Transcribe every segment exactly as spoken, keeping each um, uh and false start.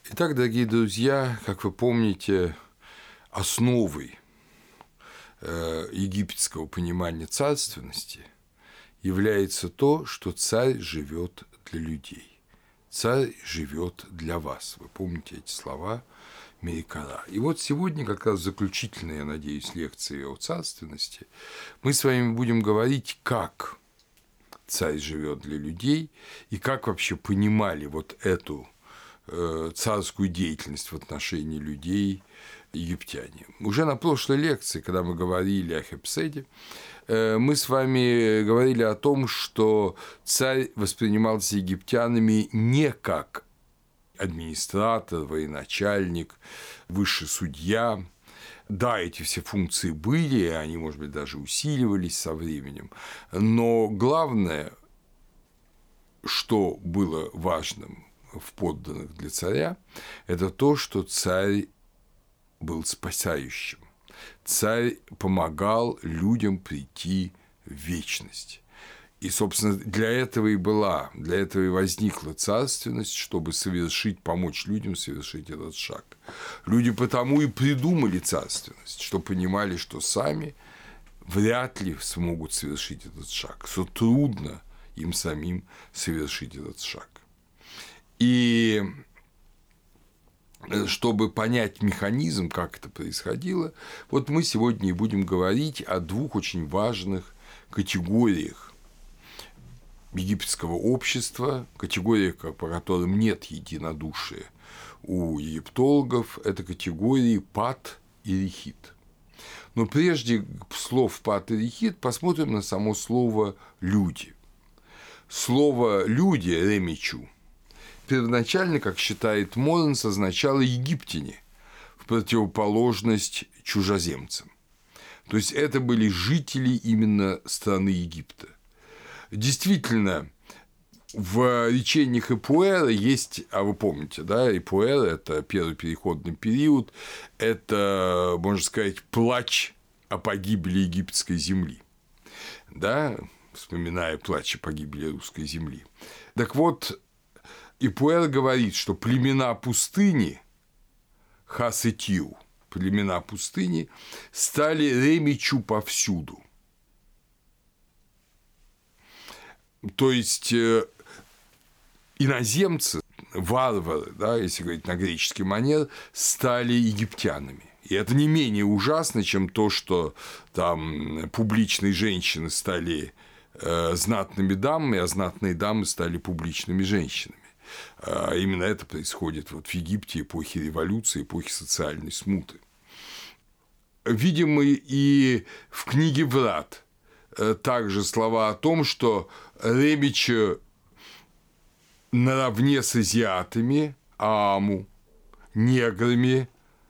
Итак, дорогие друзья, как вы помните, основой египетского понимания царственности является то, что царь живет для людей. Царь живет для вас. Вы помните эти слова Мерикара. И вот сегодня, как раз заключительная, я надеюсь, лекция о царственности, мы с вами будем говорить, как царь живет для людей и как вообще понимали вот эту царскую деятельность в отношении людей египтяне. Уже на прошлой лекции, когда мы говорили о Хепседе, мы с вами говорили о том, что царь воспринимался египтянами не как администратор, военачальник, высший судья. Да, эти все функции были, они, может быть, даже усиливались со временем, но главное, что было важным в подданных для царя, это то, что царь был спасающим. Царь помогал людям прийти в вечность. И, собственно, для этого и была, для этого и возникла царственность, чтобы совершить, помочь людям совершить этот шаг. Люди потому и придумали царственность, что понимали, что сами вряд ли смогут совершить этот шаг, что трудно им самим совершить этот шаг. И чтобы понять механизм, как это происходило, вот мы сегодня и будем говорить о двух очень важных категориях египетского общества, категориях, по которым нет единодушия у египтологов, это категории пат и рехит. Но прежде слов пат и рехит посмотрим на само слово «люди». Слово «люди» ремичу первоначально, как считает Моренс, означало египтяне в противоположность чужеземцам. То есть это были жители именно страны Египта. Действительно, в речениях Эпуэра есть, а вы помните, да, Эпуэр – это первый переходный период, это, можно сказать, плач о погибели египетской земли, да, вспоминая плач о погибели русской земли. Так вот, Эпуэр говорит, что племена пустыни, хасетью, племена пустыни, стали ремичу повсюду. То есть иноземцы, варвары, да, если говорить на греческий манер, стали египтянами. И это не менее ужасно, чем то, что там публичные женщины стали э, знатными дамами, а знатные дамы стали публичными женщинами. Именно это происходит вот в Египте эпохи революции, эпохи социальной смуты. Видим мы и в книге «Врат» также слова о том, что ремичи наравне с азиатами, Ааму, неграми,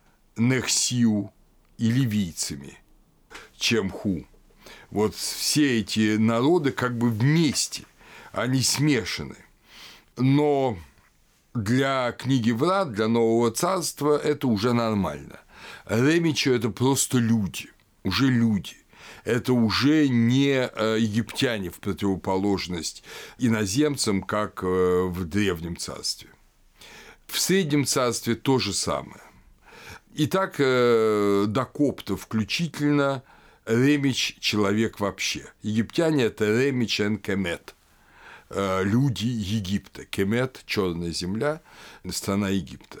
Нехсиу и ливийцами, Чемху. Вот все эти народы как бы вместе, они смешаны. Но для книги «Врат», для Нового Царства это уже нормально. Ремичи – это просто люди, уже люди. Это уже не египтяне в противоположность иноземцам, как в Древнем Царстве. В Среднем Царстве то же самое. Итак, до коптов включительно ремич – человек вообще. Египтяне – это ремич эн кемет. Люди Египта. Кемет – черная земля, страна Египта.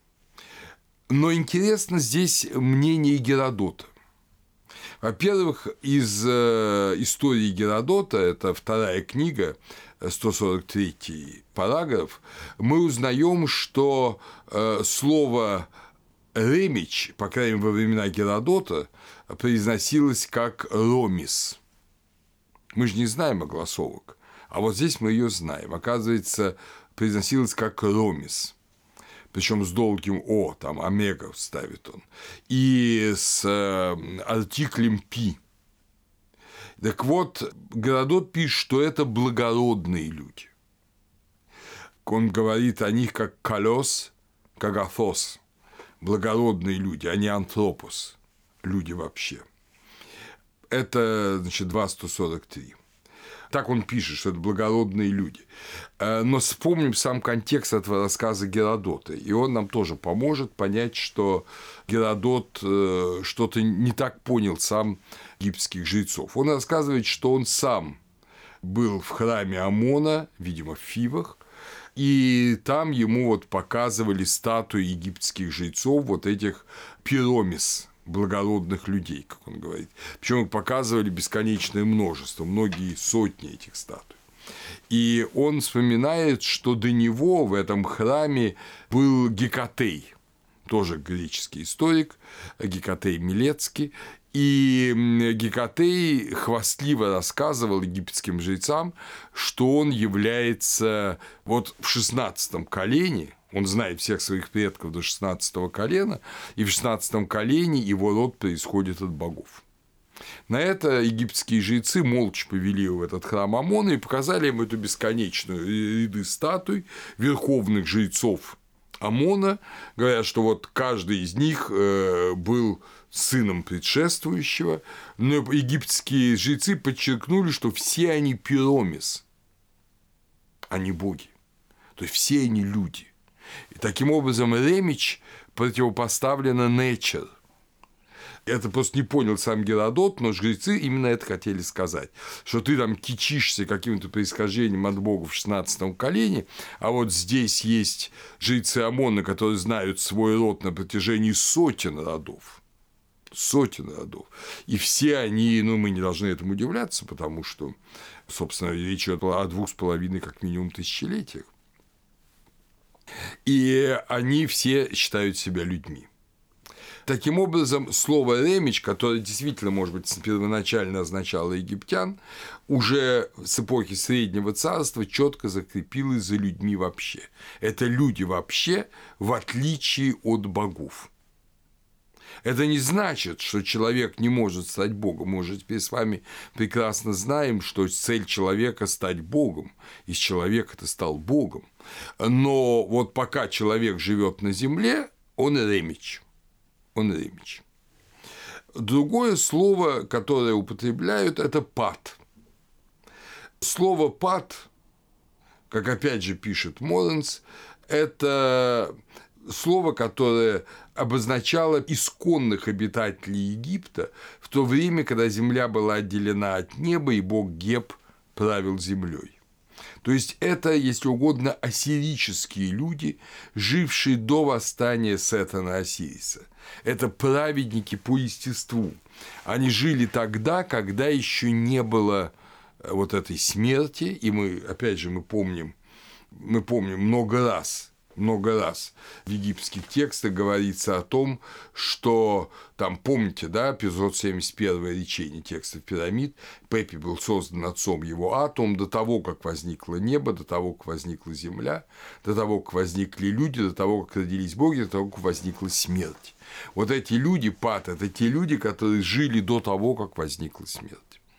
Но интересно здесь мнение Геродота. Во-первых, из истории Геродота, это вторая книга, сто сорок третий параграф, мы узнаем, что слово «ремич», по крайней мере, во времена Геродота, произносилось как «ромис». Мы же не знаем огласовок. А вот здесь мы ее знаем. Оказывается, произносилось как «ромис». Причем с долгим «о», там омега ставит он. И с артиклем «пи». Так вот, Геродот пишет, что это благородные люди. Он говорит о них как «калос», «кагафос». Благородные люди, а не «антропос». Люди вообще. Это, значит, два сто сорок три. Так он пишет, что это благородные люди. Но вспомним сам контекст этого рассказа Геродота, и он нам тоже поможет понять, что Геродот что-то не так понял сам египетских жрецов. Он рассказывает, что он сам был в храме Амона, видимо, в Фивах, и там ему вот показывали статуи египетских жрецов, вот этих пиромис, благородных людей, как он говорит. Причем показывали бесконечное множество, многие сотни этих статуй. И он вспоминает, что до него в этом храме был Гекатей, тоже греческий историк, Гекатей Милецкий. И Гекатей хвастливо рассказывал египетским жрецам, что он является вот в шестнадцатом колене, он знает всех своих предков до шестнадцатого колена, и в шестнадцатом колене его род происходит от богов. На это египетские жрецы молча повели его в этот храм Амона и показали ему эту бесконечную ряды статуй верховных жрецов Амона, говорят, что вот каждый из них был сыном предшествующего, но египетские жрецы подчеркнули, что все они пиромис, они боги, то есть все они люди. И таким образом ремич противопоставлено nature. Это просто не понял сам Геродот, но жрецы именно это хотели сказать, что ты там кичишься каким-то происхождением от бога в шестнадцатом колене, а вот здесь есть жрецы Амона, которые знают свой род на протяжении сотен родов. Сотен родов. И все они, ну, мы не должны этому удивляться, потому что, собственно, речь идет о двух с половиной, как минимум, тысячелетиях. И они все считают себя людьми. Таким образом, слово «ремич», которое действительно, может быть, первоначально означало египтян, уже с эпохи Среднего Царства четко закрепилось за людьми вообще. Это люди вообще, в отличие от богов. Это не значит, что человек не может стать Богом. Мы уже теперь с вами прекрасно знаем, что цель человека – стать Богом. Из человека ты стал Богом. Но вот пока человек живет на земле, он ремич. Он ремич. Другое слово, которое употребляют, это пат. Слово пат, как опять же пишет Моренс, это слово, которое обозначало исконных обитателей Египта в то время, когда земля была отделена от неба, и бог Геб правил землей. То есть это, если угодно, ассирические люди, жившие до восстания Сета на Осириса. Это праведники по естеству. Они жили тогда, когда еще не было вот этой смерти, и мы, опять же, мы помним, мы помним много раз, много раз в египетских текстах говорится о том, что там, помните, да, пятьсот семьдесят первое речение текстов пирамид, Пепи был создан отцом его Атом до того, как возникло небо, до того, как возникла земля, до того, как возникли люди, до того, как родились боги, до того, как возникла смерть. Вот эти люди, пат, это те люди, которые жили до того, как возникла смерть.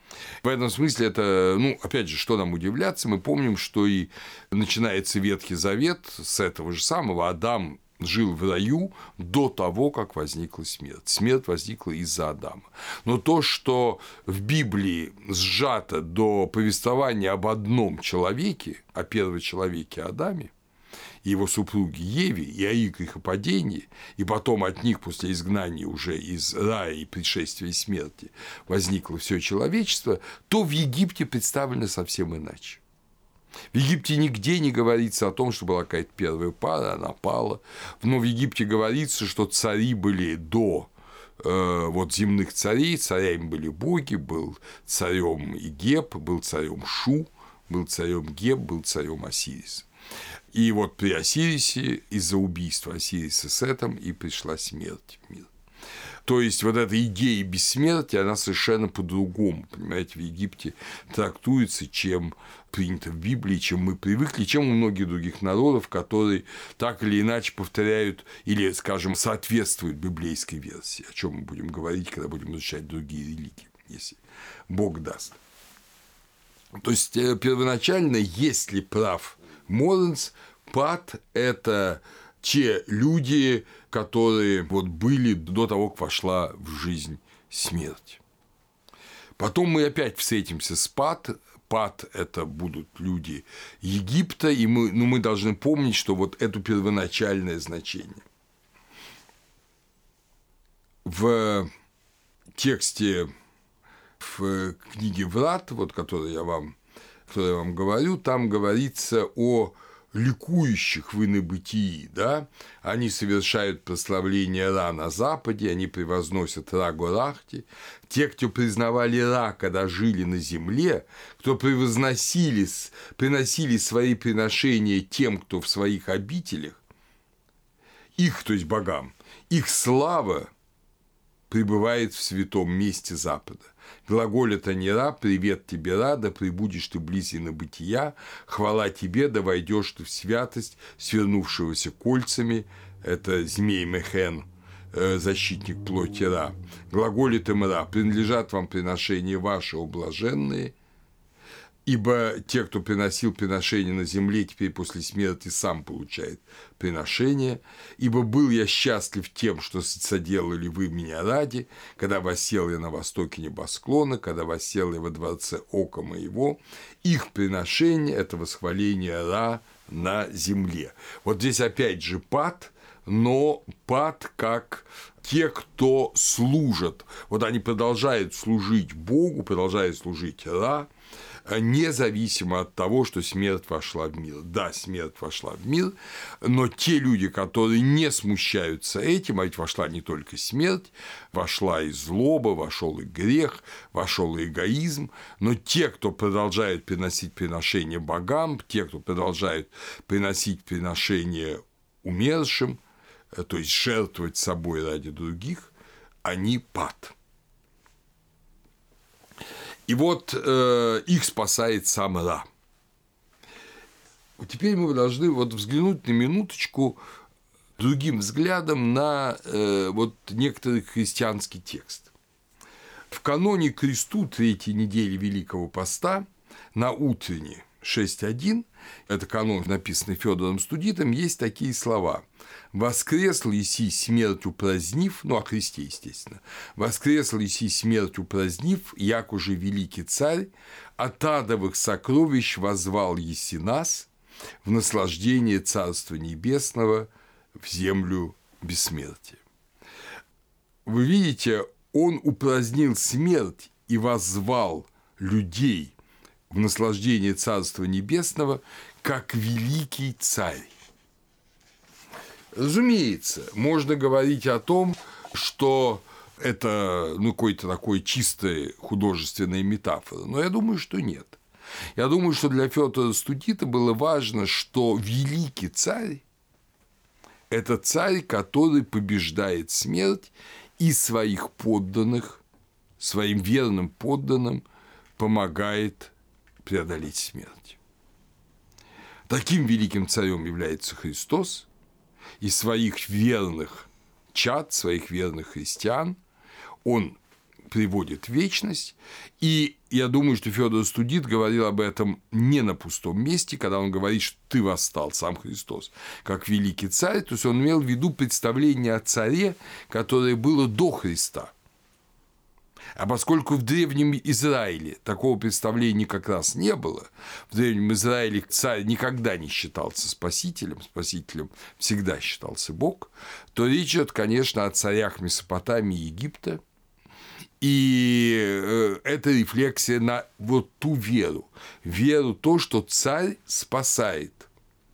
В этом смысле это, ну, опять же, что нам удивляться, мы помним, что и начинается Ветхий Завет с этого же самого. Адам жил в раю до того, как возникла смерть. Смерть возникла из-за Адама. Но то, что в Библии сжато до повествования об одном человеке, о первом человеке Адаме, и его супруге Еве, и о их грехопадении, и потом от них после изгнания уже из рая и предшествия смерти возникло все человечество, то в Египте представлено совсем иначе. В Египте нигде не говорится о том, что была какая-то первая пара, она пала, но в Египте говорится, что цари были до э, вот земных царей, царями были боги, был царем и Геб, был царем Шу, был царем Геб, был царем Осирис. И вот при Осирисе из-за убийства Осириса Сетом и пришла смерть в мир. То есть вот эта идея бессмертия, она совершенно по-другому, понимаете, в Египте трактуется, чем принято в Библии, чем мы привыкли, чем у многих других народов, которые так или иначе повторяют или, скажем, соответствуют библейской версии, о чем мы будем говорить, когда будем изучать другие религии, если Бог даст. То есть первоначально, если прав Моренс, пат – это те люди, которые вот были до того, как вошла в жизнь смерть. Потом мы опять встретимся с пат. Пад – это будут люди Египта, и мы, ну, мы должны помнить, что вот это первоначальное значение. В тексте в книге «Врат», вот, которую я вам, которую я вам говорю, там говорится о ликующих в инобытии, да, они совершают прославление Ра на западе, они превозносят Ра Горахти. Те, кто признавали Ра, когда жили на земле, кто превозносили, приносили свои приношения тем, кто в своих обителях, их, то есть богам, их слава пребывает в святом месте Запада. Глаголят они Ра, привет тебе, Ра, да пребудешь ты вблизи инобытия, хвала тебе, да войдешь ты в святость свернувшегося кольцами, это змей Мехен, защитник плоти Ра. Глаголит им Ра, принадлежат вам приношения ваши, о блаженные, ибо те, кто приносил приношение на земле, теперь после смерти сам получает приношение. Ибо был я счастлив тем, что соделали вы меня ради, когда воссел я на востоке небосклона, когда воссел я во дворце ока моего. Их приношение – это восхваление Ра на земле. Вот здесь опять же пад, но пад как те, кто служат. Вот они продолжают служить Богу, продолжают служить Ра, независимо от того, что смерть вошла в мир. Да, смерть вошла в мир, но те люди, которые не смущаются этим, а ведь вошла не только смерть, вошла и злоба, вошел и грех, вошел и эгоизм, но те, кто продолжают приносить приношения богам, те, кто продолжают приносить приношения умершим, то есть жертвовать собой ради других, они пад. И вот э, их спасает сам Ра. Теперь мы должны вот взглянуть на минуточку другим взглядом на э, вот некоторый христианский текст. В каноне кресту третьей недели Великого Поста на утренне шесть один, это канон, написанный Фёдором Студитом, есть такие слова: «Воскресл еси смерть упразднив», ну, о Христе, естественно, «воскресл еси смерть упразднив, як уже великий царь, от адовых сокровищ возвал еси нас в наслаждение Царства Небесного в землю бессмертия». Вы видите, он упразднил смерть и воззвал людей в наслаждение Царства Небесного как великий царь. Разумеется, можно говорить о том, что это, ну, какой-то такой чистой художественной метафоры, но я думаю, что нет. Я думаю, что для Фёдора Студита было важно, что великий царь – это царь, который побеждает смерть и своих подданных, своим верным подданным помогает преодолеть смерть. Таким великим царем является Христос, и своих верных чад, своих верных христиан он приводит в вечность. И я думаю, что Фёдор Студит говорил об этом не на пустом месте, когда он говорит, что ты восстал, сам Христос, как великий царь, то есть он имел в виду представление о царе, которое было до Христа. А поскольку в Древнем Израиле такого представления как раз не было, в Древнем Израиле царь никогда не считался спасителем, спасителем всегда считался Бог, то речь идет, конечно, о царях Месопотамии и Египта, и это рефлексия на вот ту веру, веру в то, что царь спасает.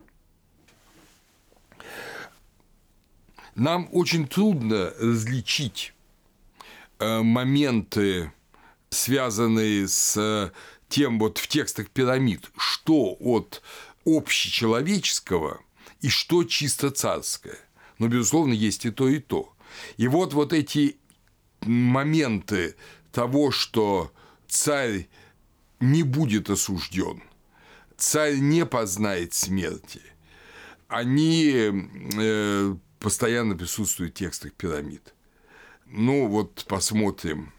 Нам очень трудно различить моменты, связанные с тем вот в текстах пирамид, что от общечеловеческого и что чисто царское. Но, безусловно, есть и то, и то. И вот, вот эти моменты того, что царь не будет осужден, царь не познает смерти, они постоянно присутствуют в текстах пирамид. Ну, вот посмотрим,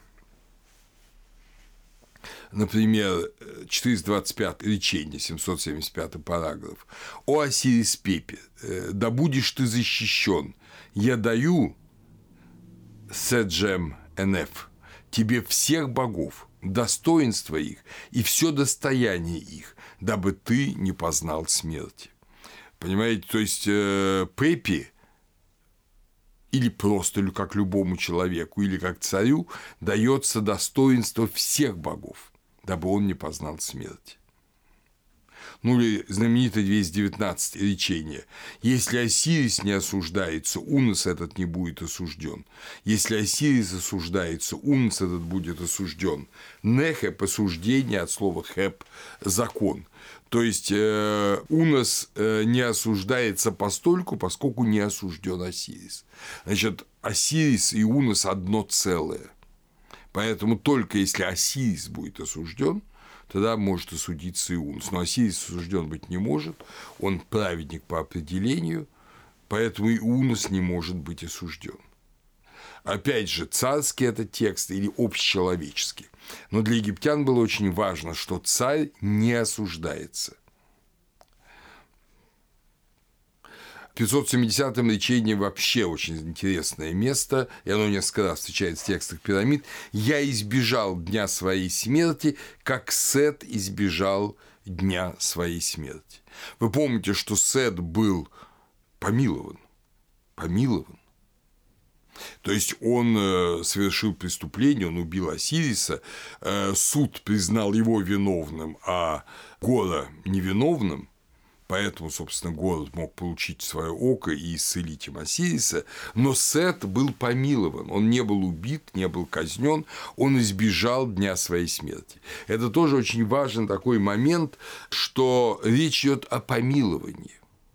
например, четыреста двадцать пятое речение, семьсот семьдесят пятый параграф. «О Осирис Пепе, да будешь ты защищен, я даю Седжем Энеф тебе всех богов, достоинство их и все достояние их, дабы ты не познал смерти». Понимаете, то есть э, Пепе или просто как любому человеку, или как царю дается достоинство всех богов, дабы он не познал смерти. Ну или знаменитое двести девятнадцатое речение: «Если Осирис не осуждается, Унос этот не будет осужден. Если Осирис осуждается, Унос этот будет осужден». Нехеп – осуждение от слова хеп – закон. То есть э, Унос э, не осуждается постольку, поскольку не осужден Осирис. Значит, Осирис и Унос одно целое. Поэтому только если Осирис будет осужден, тогда может осудиться и Унос. Но Осирис осужден быть не может, он праведник по определению, поэтому и Унос не может быть осужден. Опять же, царский это текст или общечеловеческий. Но для египтян было очень важно, что царь не осуждается. В пятьсот семидесятом речении вообще очень интересное место, и оно несколько раз встречается в текстах пирамид. «Я избежал дня своей смерти, как Сет избежал дня своей смерти». Вы помните, что Сет был помилован. Помилован. То есть он совершил преступление, он убил Осириса, суд признал его виновным, а Гора невиновным, поэтому, собственно, Гор мог получить свое око и исцелить им Осириса, но Сет был помилован, он не был убит, не был казнен, он избежал дня своей смерти. Это тоже очень важный такой момент, что речь идет о помиловании.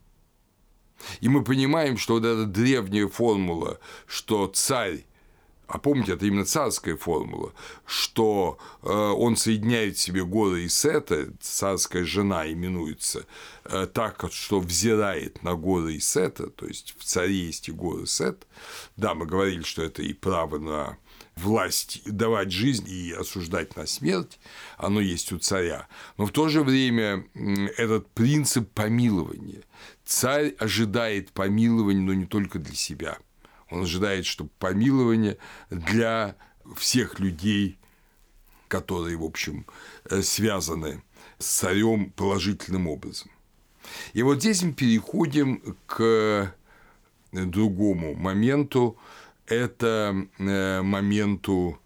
И мы понимаем, что вот эта древняя формула, что царь, а помните, это именно царская формула, что э, он соединяет в себе Гора и Сета, царская жена именуется э, так, что взирает на Гора и Сета, то есть в царе есть и Гор и Сет. Да, мы говорили, что это и право на власть давать жизнь и осуждать на смерть, оно есть у царя. Но в то же время этот принцип помилования. Царь ожидает помилования, но не только для себя. Он ожидает, что помилование для всех людей, которые, в общем, связаны с царем положительным образом. И вот здесь мы переходим к другому моменту. Это моменту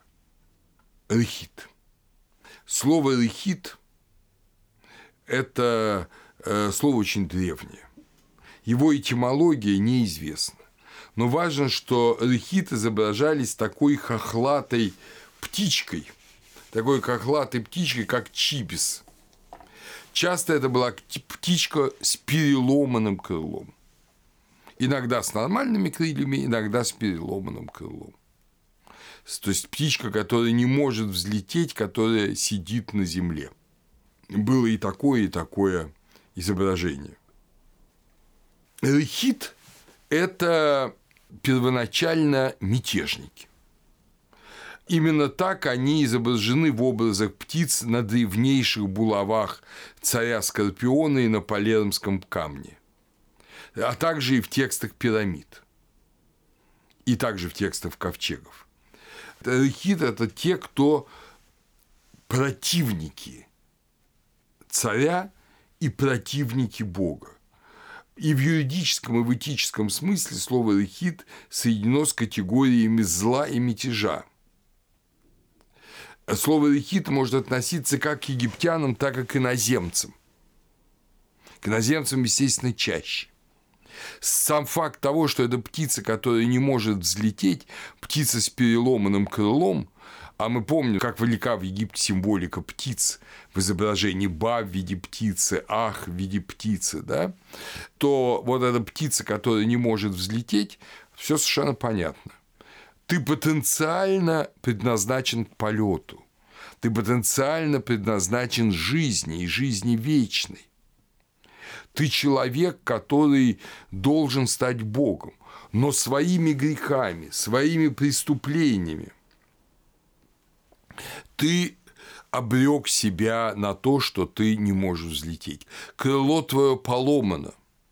рехит. Слово рехит – это слово очень древнее. Его этимология неизвестна. Но важно, что рехит изображались такой хохлатой птичкой, такой хохлатой птичкой, как чибис. Часто это была птичка с переломанным крылом. Иногда с нормальными крыльями, иногда с переломанным крылом. То есть птичка, которая не может взлететь, которая сидит на земле. Было и такое, и такое изображение. Рехит – это первоначально мятежники. Именно так они изображены в образах птиц на древнейших булавах царя Скорпиона и на Палермском камне, а также и в текстах пирамид, и также в текстах ковчегов. Рехит – это те, кто противники царя и противники Бога. И в юридическом и в этическом смысле слово «рехит» соединено с категориями зла и мятежа. Слово «рехит» может относиться как к египтянам, так и к иноземцам. К иноземцам, естественно, чаще. Сам факт того, что это птица, которая не может взлететь, птица с переломанным крылом, а мы помним, как велика в Египте символика птиц в изображении Ба в виде птицы, Ах в виде птицы, да, то вот эта птица, которая не может взлететь, все совершенно понятно. Ты потенциально предназначен к полету, ты потенциально предназначен жизни и жизни вечной. Ты человек, который должен стать Богом, но своими грехами, своими преступлениями ты обрек себя на то, что ты не можешь взлететь. Крыло твое поломано.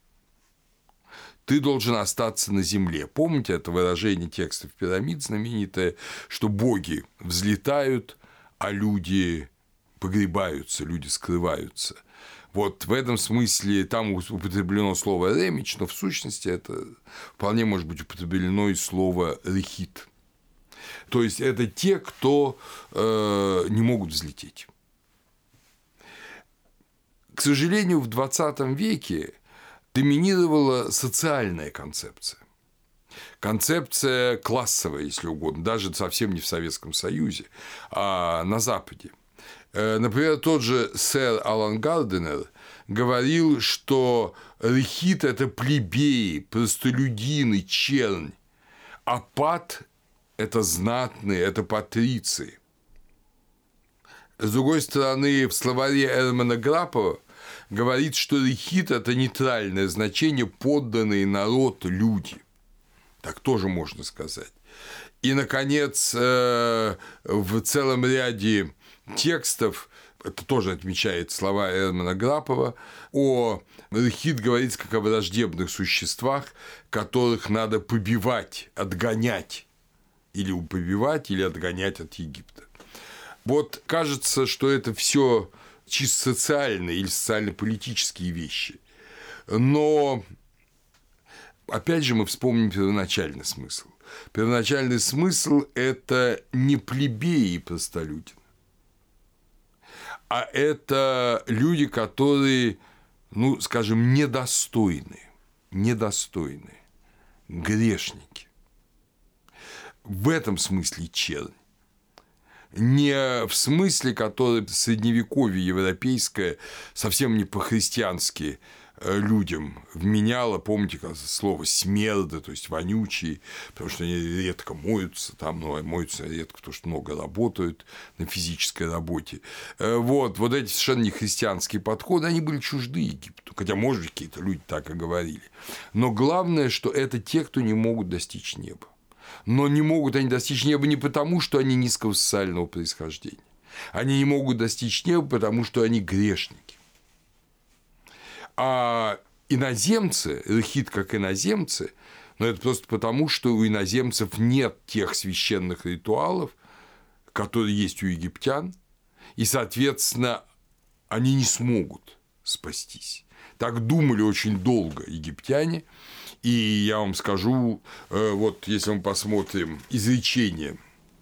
Ты должен остаться на земле. Помните это выражение текстов пирамид знаменитое, что боги взлетают, а люди погребаются, люди скрываются. Вот в этом смысле там употреблено слово «ремич», но в сущности это вполне может быть употреблено и слово «рехит». То есть это те, кто э, не могут взлететь. К сожалению, в двадцатом веке доминировала социальная концепция. Концепция классовая, если угодно, даже совсем не в Советском Союзе, а на Западе. Например, тот же сэр Алан Гардинер говорил, что рехит – это плебеи, простолюдины, чернь, а пат – это знатные, это патриции. С другой стороны, в словаре Эрмана Грапова говорит, что рехит – это нейтральное значение подданный народ, люди. Так тоже можно сказать. И, наконец, в целом ряде текстов, это тоже отмечает слова Эрмана Грапова, о рехит говорится как о враждебных существах, которых надо побивать, отгонять, или побивать, или отгонять от Египта. Вот кажется, что это все чисто социальные или социально-политические вещи. Но, опять же, мы вспомним первоначальный смысл. Первоначальный смысл – это не плебеи и простолюдин, а это люди, которые, ну, скажем, недостойны, недостойны, грешники. В этом смысле чернь. Не в смысле, который в средневековье европейское совсем не по-христиански людям вменяло, помните, слово «смерды», то есть вонючие, потому что они редко моются, там, ну, моются редко, потому что много работают на физической работе. Вот, вот эти совершенно не христианские подходы, они были чужды Египту, хотя, может быть, какие-то люди так и говорили. Но главное, что это те, кто не могут достичь неба. Но не могут они достичь неба не потому, что они низкого социального происхождения. Они не могут достичь неба, потому что они грешники. А иноземцы, рехит как иноземцы, но это просто потому, что у иноземцев нет тех священных ритуалов, которые есть у египтян, и, соответственно, они не смогут спастись. Так думали очень долго египтяне, и я вам скажу, вот если мы посмотрим изречения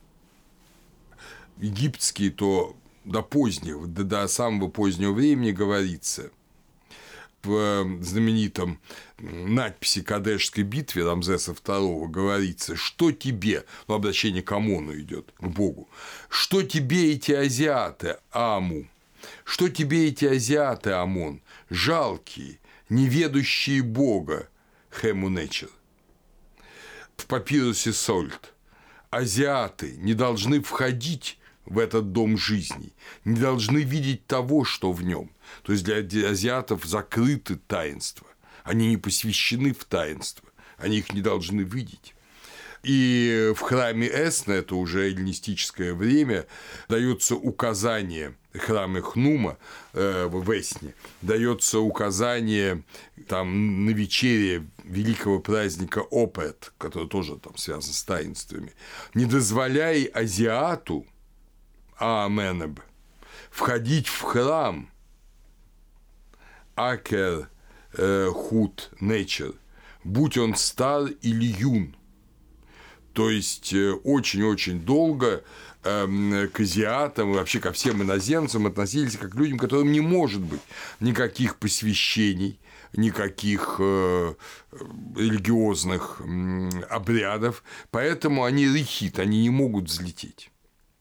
египетские, то до позднего, до самого позднего времени говорится в знаменитом надписи Кадешской битве Рамзеса второго говорится, что тебе, ну, обращение к Амону идет, к Богу, что тебе эти азиаты, Аму, что тебе эти азиаты, Амон, жалкие, неведущие Бога, Хему-Нечер. В папирусе Сольт азиаты не должны входить в этот дом жизни, не должны видеть того, что в нем. То есть для азиатов закрыты таинства, они не посвящены в таинства, они их не должны видеть. И в храме Эсна, это уже эллинистическое время, дается указание, храме Хнума э, в Эсне, дается указание там, на вечере великого праздника Опет, который тоже там связан с таинствами, не дозволяй азиату Ааменеб входить в храм Акер э, Хут Нечер, будь он стар или юн. То есть очень-очень долго э, к азиатам и вообще ко всем иноземцам относились как к людям, которым не может быть никаких посвящений, никаких э, религиозных э, обрядов, поэтому они рехит, они не могут взлететь.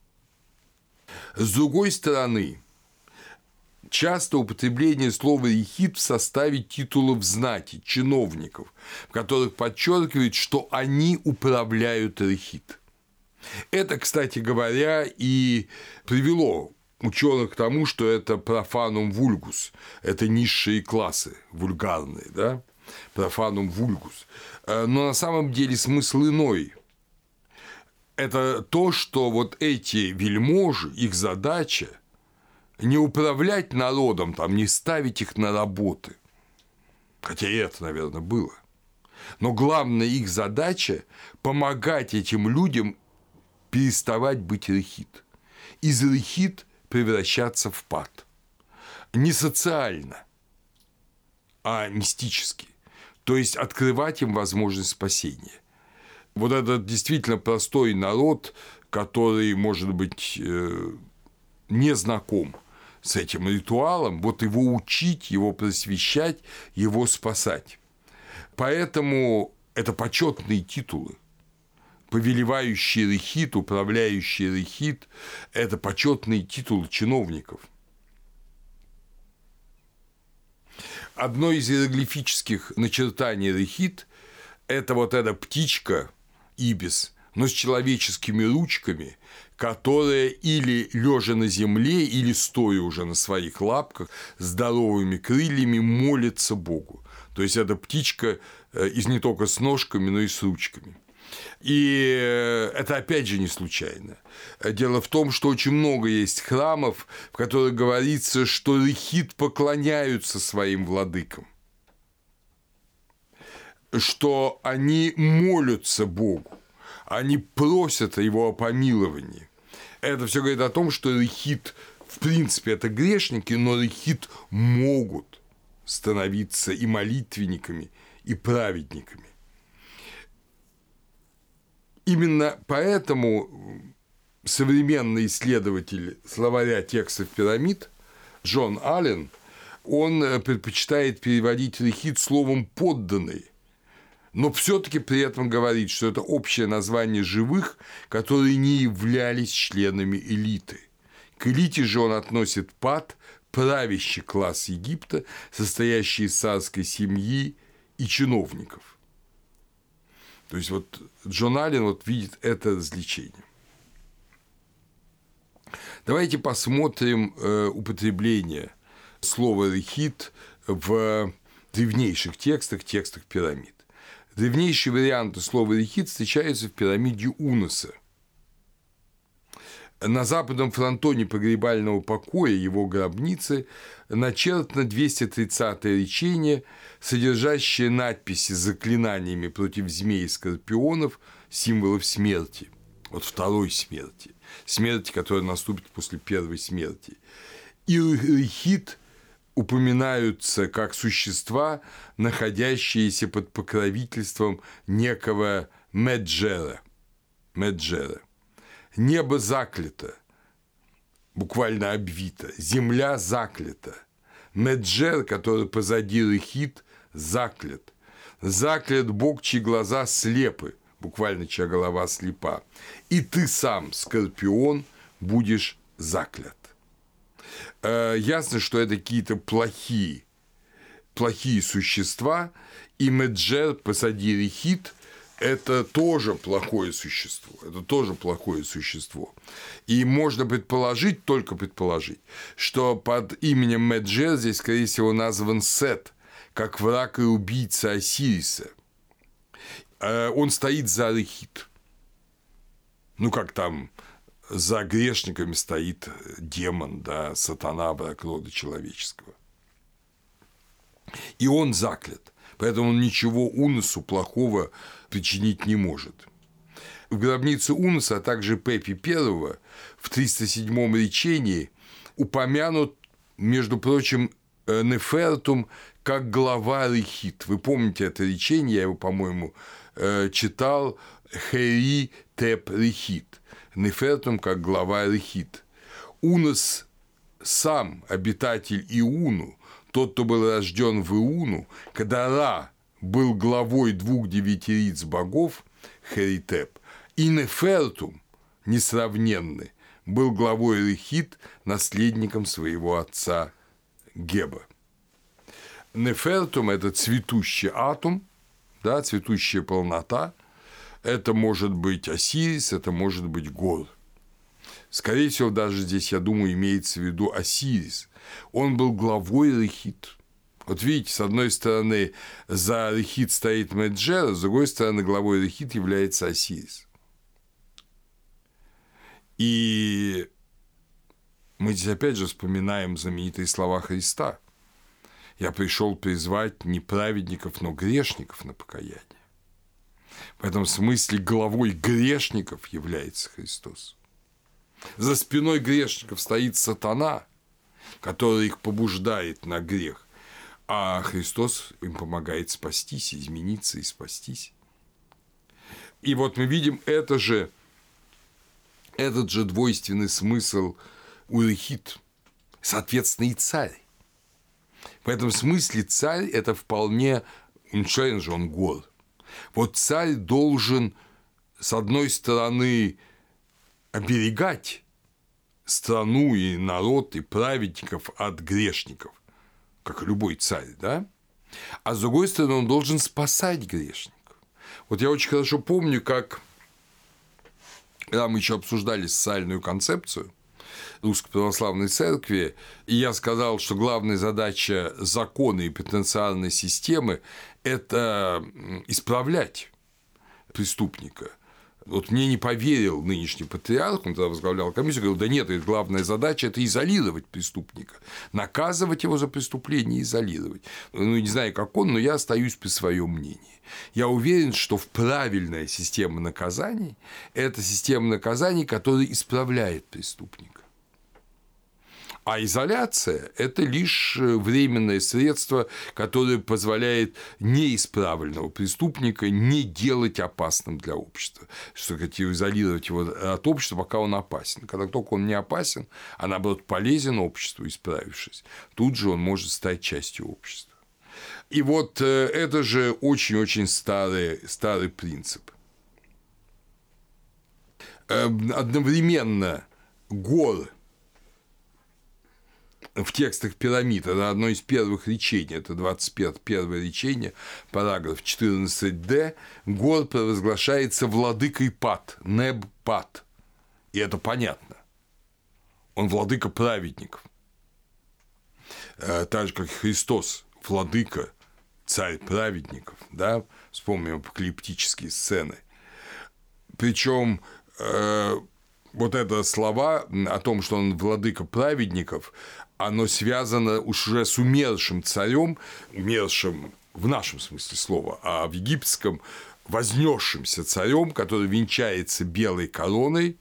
С другой стороны, часто употребление слова «рехит» в составе титулов знати, чиновников, в которых подчеркивает, что они управляют рехит. Это, кстати говоря, и привело ученых к тому, что это профанум вульгус, это низшие классы, вульгарные, да? Профанум вульгус. Но на самом деле смысл иной. Это то, что вот эти вельможи, их задача не управлять народом, там, не ставить их на работы. Хотя и это, наверное, было. Но главная их задача – помогать этим людям переставать быть рехит. из рехит превращаться в пат. Не социально, а мистически. То есть открывать им возможность спасения. Вот этот действительно простой народ, который, может быть, не знаком с этим ритуалом, вот его учить, его просвещать, его спасать. Поэтому это почетные титулы. Повелевающий рехит, управляющий рехит – это почетные титулы чиновников. Одно из иероглифических начертаний рехит – это вот эта птичка, ибис, но с человеческими ручками, которая или лежа на земле, или стоя уже на своих лапках, здоровыми крыльями молится Богу. То есть, это птичка и не только с ножками, но и с ручками. И это, опять же, не случайно. Дело в том, что очень много есть храмов, в которых говорится, что рехит поклоняются своим владыкам, что они молятся Богу, они просят Его о помиловании. Это все говорит о том, что рехит, в принципе, это грешники, но рехит могут становиться и молитвенниками, и праведниками. Именно поэтому современный исследователь словаря текстов пирамид Джон Аллен, он предпочитает переводить рехит словом «подданные», но все-таки при этом говорит, что это общее название живых, которые не являлись членами элиты. К элите же он относит пат, правящий класс Египта, состоящий из царской семьи и чиновников. То есть, вот Джон Аллен вот видит это развлечение. Давайте посмотрим э, употребление слова «рехит» в древнейших текстах, текстах пирамид. Древнейшие варианты слова «рехит» встречаются в пирамиде Уноса. На западном фронтоне погребального покоя его гробницы начертано двести тридцатое речение, содержащее надписи с заклинаниями против змей и скорпионов, символов смерти, от второй смерти, смерти, которая наступит после первой смерти. И рехит упоминаются как существа, находящиеся под покровительством некого Меджера. Меджера. Небо заклято, буквально обвито, земля заклята. Меджер, который позади рехит, заклят. Заклят Бог, чьи глаза слепы, буквально чья голова слепа. И ты сам, Скорпион, будешь заклят. Э, ясно, что это какие-то плохие, плохие существа, и Меджер позади рехит – это тоже плохое существо. Это тоже плохое существо. И можно предположить, только предположить, что под именем Меджер здесь, скорее всего, назван Сет, как враг и убийца Осириса. Он стоит за рехит. Ну, как там за грешниками стоит демон, да, сатана, враг рода человеческого. И он заклят. Поэтому он ничего Уносу плохого причинить не может. В гробнице Уноса, а также Пепи I в триста седьмом речении упомянут, между прочим, Нефертум как глава рехит. Вы помните это речение, я его, по-моему, читал, Хери Теп рехит. Нефертум как глава рехит. Унос сам, обитатель Иуну, тот, кто был рожден в Иуну, когда Ра был главой двух девятириц богов, Херитеп, и Нефертум, несравненный, был главой рехит, наследником своего отца Геба. Нефертум – это цветущий атом, да, цветущая полнота, это может быть Осирис, это может быть Гор. Скорее всего, даже здесь, я думаю, имеется в виду Осирис. Он был главой рехит. Вот видите, с одной стороны, за рехит стоит Меджер, с другой стороны, главой рехит является Осирис. И мы здесь опять же вспоминаем знаменитые слова Христа. «Я пришел призвать не праведников, но грешников на покаяние». В этом смысле главой грешников является Христос. За спиной грешников стоит сатана, который их побуждает на грех, а Христос им помогает спастись, измениться и спастись. И вот мы видим это же, этот же двойственный смысл у рехит, соответственно, и царь. В этом смысле царь – это вполне уншен же он гор. Вот царь должен, с одной стороны, оберегать страну и народ, и праведников от грешников, как и любой царь, да? А с другой стороны, он должен спасать грешников. Вот я очень хорошо помню, как, когда мы еще обсуждали социальную концепцию Русской Православной Церкви, и я сказал, что главная задача закона и пенитенциарной системы – это исправлять преступника. Вот мне не поверил нынешний патриарх, он тогда возглавлял комиссию, говорил, да нет, это главная задача – это изолировать преступника, наказывать его за преступление, изолировать. Ну, не знаю, как он, но я остаюсь при своем мнении. Я уверен, что в правильная система наказаний – это система наказаний, которая исправляет преступника. А изоляция – это лишь временное средство, которое позволяет неисправленного преступника не делать опасным для общества. Что хотите изолировать его от общества, пока он опасен. Когда только он не опасен, а наоборот полезен обществу, исправившись, тут же он может стать частью общества. И вот это же очень-очень старый, старый принцип. Одновременно горы в текстах пирамид, это одно из первых речений, это двадцать первое речение, параграф четырнадцать дэ, Гор провозглашается владыкой Пат, Неб Пат. И это понятно. Он владыка праведников. Так же, как и Христос, владыка, царь праведников, да, вспомним апокалиптические сцены. Причем вот это слова о том, что он владыка праведников, оно связано уже с умершим царем, умершим в нашем смысле слова, а в египетском вознесшимся царем, который венчается белой короной,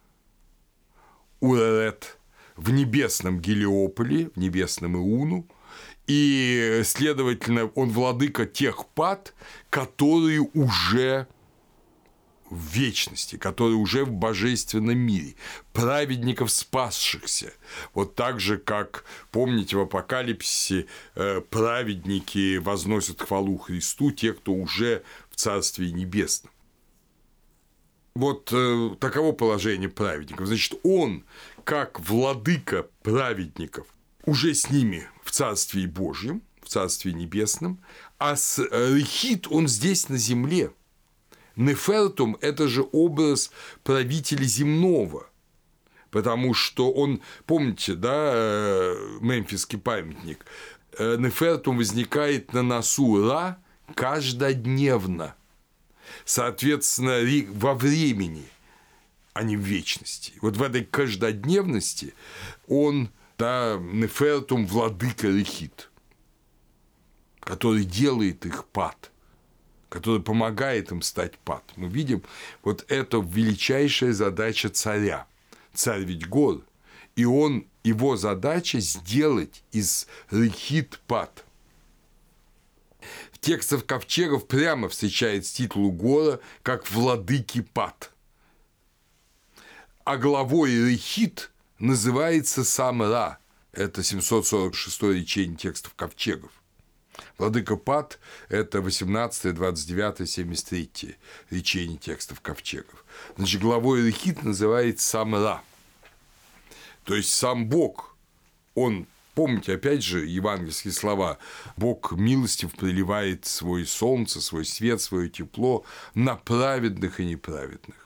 Уререт, в небесном Гелиополе, в небесном Иуну, и, следовательно, он владыка тех пат, которые уже в вечности, которые уже в божественном мире, праведников спасшихся. Вот так же, как, помните, в Апокалипсисе праведники возносят хвалу Христу, те, кто уже в Царстве Небесном. Вот таково положение праведников. Значит, он, как владыка праведников, уже с ними в Царстве Божьем, в Царстве Небесном, а с рехит он здесь на земле. Нефертум – это же образ правителя земного, потому что он, помните, да, мемфисский памятник, Нефертум возникает на носу Ра каждодневно, соответственно, во времени, а не в вечности. Вот в этой каждодневности он, да, Нефертум – владыка рехит, который делает их пат, который помогает им стать пат. Мы видим, вот это величайшая задача царя. Царь ведь гор, и он, его задача сделать из рехит пат. В текстах ковчегов прямо встречается титул гора как владыки пат. А главой рехит называется сам Ра. Это семьсот сорок шестое речение текстов ковчегов. Владыка Пат – это восемнадцатое, двадцать девятое, семьдесят третье речение текстов ковчегов. Значит, главой рехит называется сам Ра. То есть, сам Бог, он, помните, опять же, евангельские слова, Бог милостив приливает свое солнце, свой свет, свое тепло на праведных и неправедных.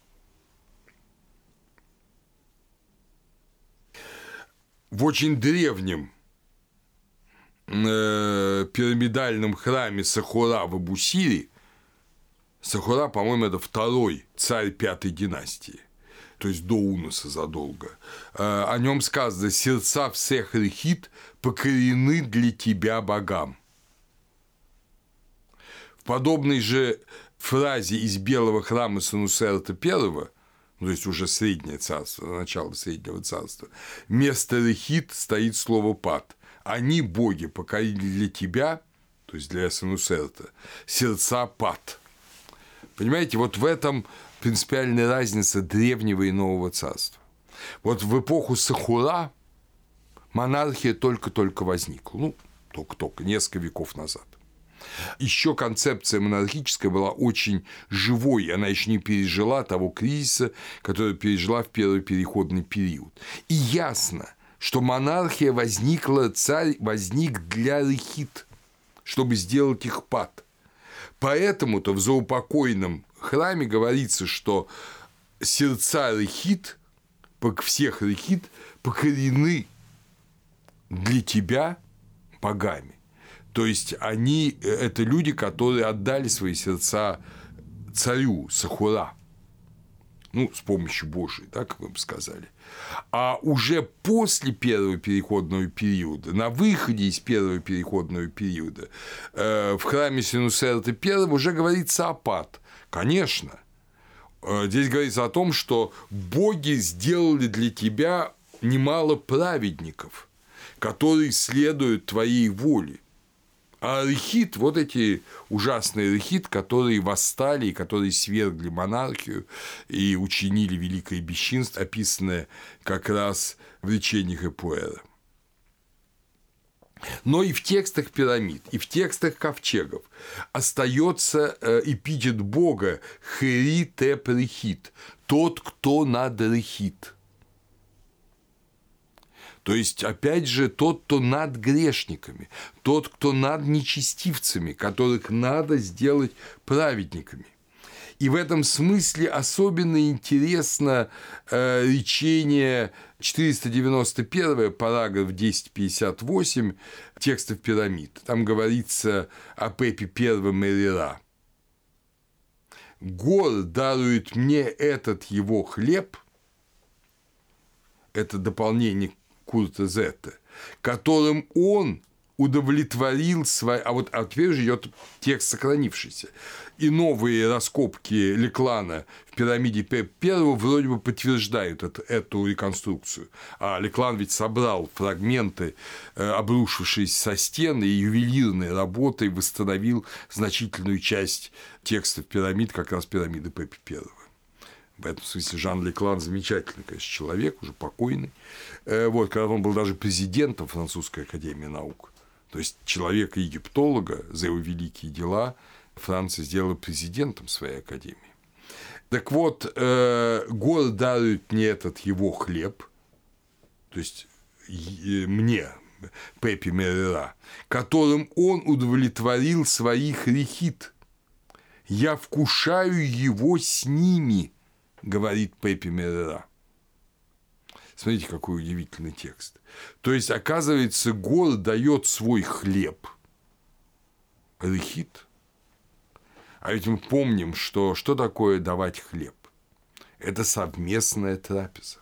В очень древнем пирамидальном храме Сахура в Абусире, Сахура, по-моему, это второй царь пятой династии, то есть до Уноса задолго, о нем сказано: «Сердца всех рехит покорены для тебя богам». В подобной же фразе из Белого храма Санусерта I, ну, то есть уже среднее царство, начало среднего царства, вместо рехит стоит слово пат. Они, боги, покорили для тебя, то есть для Сенусерта, сердца пат. Понимаете, вот в этом принципиальная разница древнего и нового царства. Вот в эпоху Сахура монархия только-только возникла, ну, только-только, несколько веков назад. Еще концепция монархическая была очень живой, она еще не пережила того кризиса, который пережила в первый переходный период. И ясно, что монархия возникла, царь возник для рехит, чтобы сделать их пат. Поэтому-то в заупокойном храме говорится, что сердца рехит, всех рехит, покорены для тебя богами. То есть они – это люди, которые отдали свои сердца царю Сахура, ну, с помощью Божией, да, как мы бы сказали. А уже после первого переходного периода, на выходе из первого переходного периода, э, в храме Сенусерта Первого уже говорится о пат. Конечно, э, здесь говорится о том, что боги сделали для тебя немало праведников, которые следуют твоей воле. А рехит, вот эти ужасные рехит, которые восстали, и которые свергли монархию и учинили великое бесчинство, описанное как раз в речениях Эпуэра. Но и в текстах пирамид, и в текстах ковчегов остается эпитет Бога «Хери теп рехит», тот, кто над рехит. То есть, опять же, тот, кто над грешниками, тот, кто над нечестивцами, которых надо сделать праведниками. И в этом смысле особенно интересно э, речение четыреста девяносто первое, параграф десять пятьдесят восемь текстов пирамид. Там говорится о Пепе Первом Эрера. «Гор дарует мне этот его хлеб», это дополнение Курта Зетта, которым он удовлетворил свои... А вот а теперь уже идет текст сохранившийся. И новые раскопки Леклана в пирамиде Пепа Первого вроде бы подтверждают это, эту реконструкцию. А Леклан ведь собрал фрагменты, обрушившиеся со стен, и ювелирной работой восстановил значительную часть текстов пирамид, как раз пирамиды Пепа Первого. В этом смысле Жан Леклан замечательный, конечно, человек, уже покойный. Вот, когда он был даже президентом Французской академии наук. То есть человека-египтолога за его великие дела Франция сделала президентом своей академии. Так вот, гор дарует мне этот его хлеб, то есть мне, Пепе Мерера, которым он удовлетворил своих рехит. Я вкушаю его с ними, говорит Пепе Мерера. Смотрите, какой удивительный текст. То есть, оказывается, гор дает свой хлеб, рехит. А ведь мы помним, что, что такое давать хлеб. Это совместная трапеза.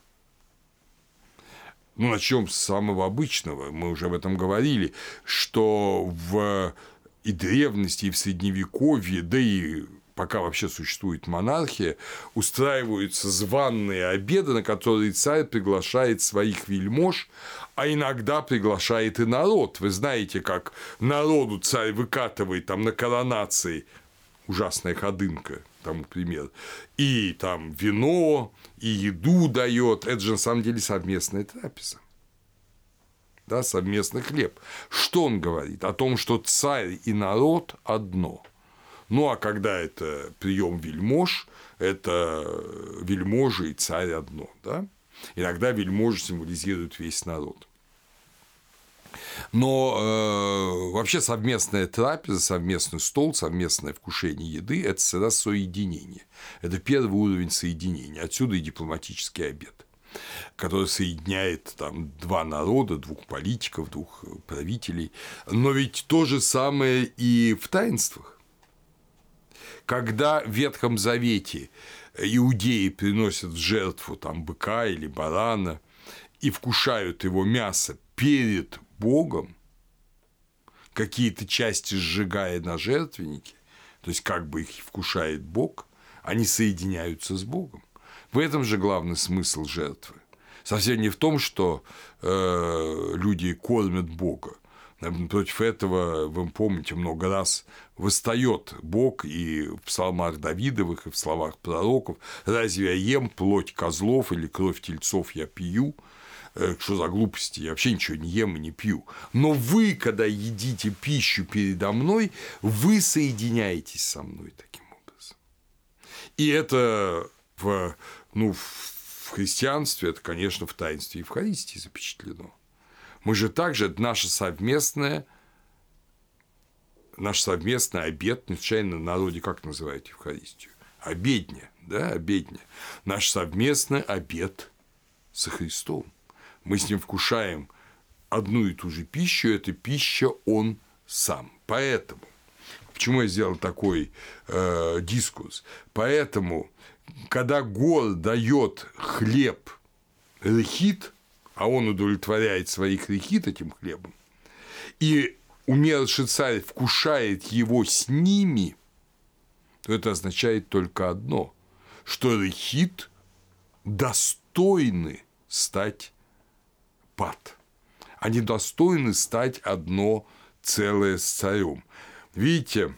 Ну, начнем с самого обычного. Мы уже об этом говорили, что в и древности, и в Средневековье, да и пока вообще существует монархия, устраиваются званые обеды, на которые царь приглашает своих вельмож, а иногда приглашает и народ. Вы знаете, как народу царь выкатывает там на коронации, ужасная ходынка, тому пример, и там вино, и еду дает. Это же на самом деле совместная трапеза. Да, совместный хлеб. Что он говорит? О том, что царь и народ одно. Ну, а когда это прием вельмож, это вельможи и царь одно. Да? Иногда вельможи символизируют весь народ. Но э, вообще совместная трапеза, совместный стол, совместное вкушение еды – это всегда соединение. Это первый уровень соединения. Отсюда и дипломатический обед, который соединяет там два народа, двух политиков, двух правителей. Но ведь то же самое и в таинствах. Когда в Ветхом Завете иудеи приносят в жертву там, быка или барана и вкушают его мясо перед Богом, какие-то части сжигая на жертвеннике, то есть как бы их вкушает Бог, они соединяются с Богом. В этом же главный смысл жертвы. Совсем не в том, что э, люди кормят Бога. Против этого, вы помните, много раз восстает Бог и в псалмах Давидовых, и в словах пророков: «Разве я ем плоть козлов или кровь тельцов я пью?» Что за глупости? Я вообще ничего не ем и не пью. Но вы, когда едите пищу передо мной, вы соединяетесь со мной таким образом. И это в, ну, в христианстве, это, конечно, в таинстве Евхаристии запечатлено. Мы же также, это наша совместная, наш совместный обет, не случайно в народе как называют Евхаристию? Обедня, да, обедня. Наш совместный обет со Христом. Мы с Ним вкушаем одну и ту же пищу, это пища Он Сам. Поэтому, почему я сделал такой э, дискурс? Поэтому, когда Гор дает хлеб рехит, а он удовлетворяет своих рехит этим хлебом, и умерший царь вкушает его с ними, то это означает только одно, что рехит достойны стать пат. Они достойны стать одно целое с царем. Видите,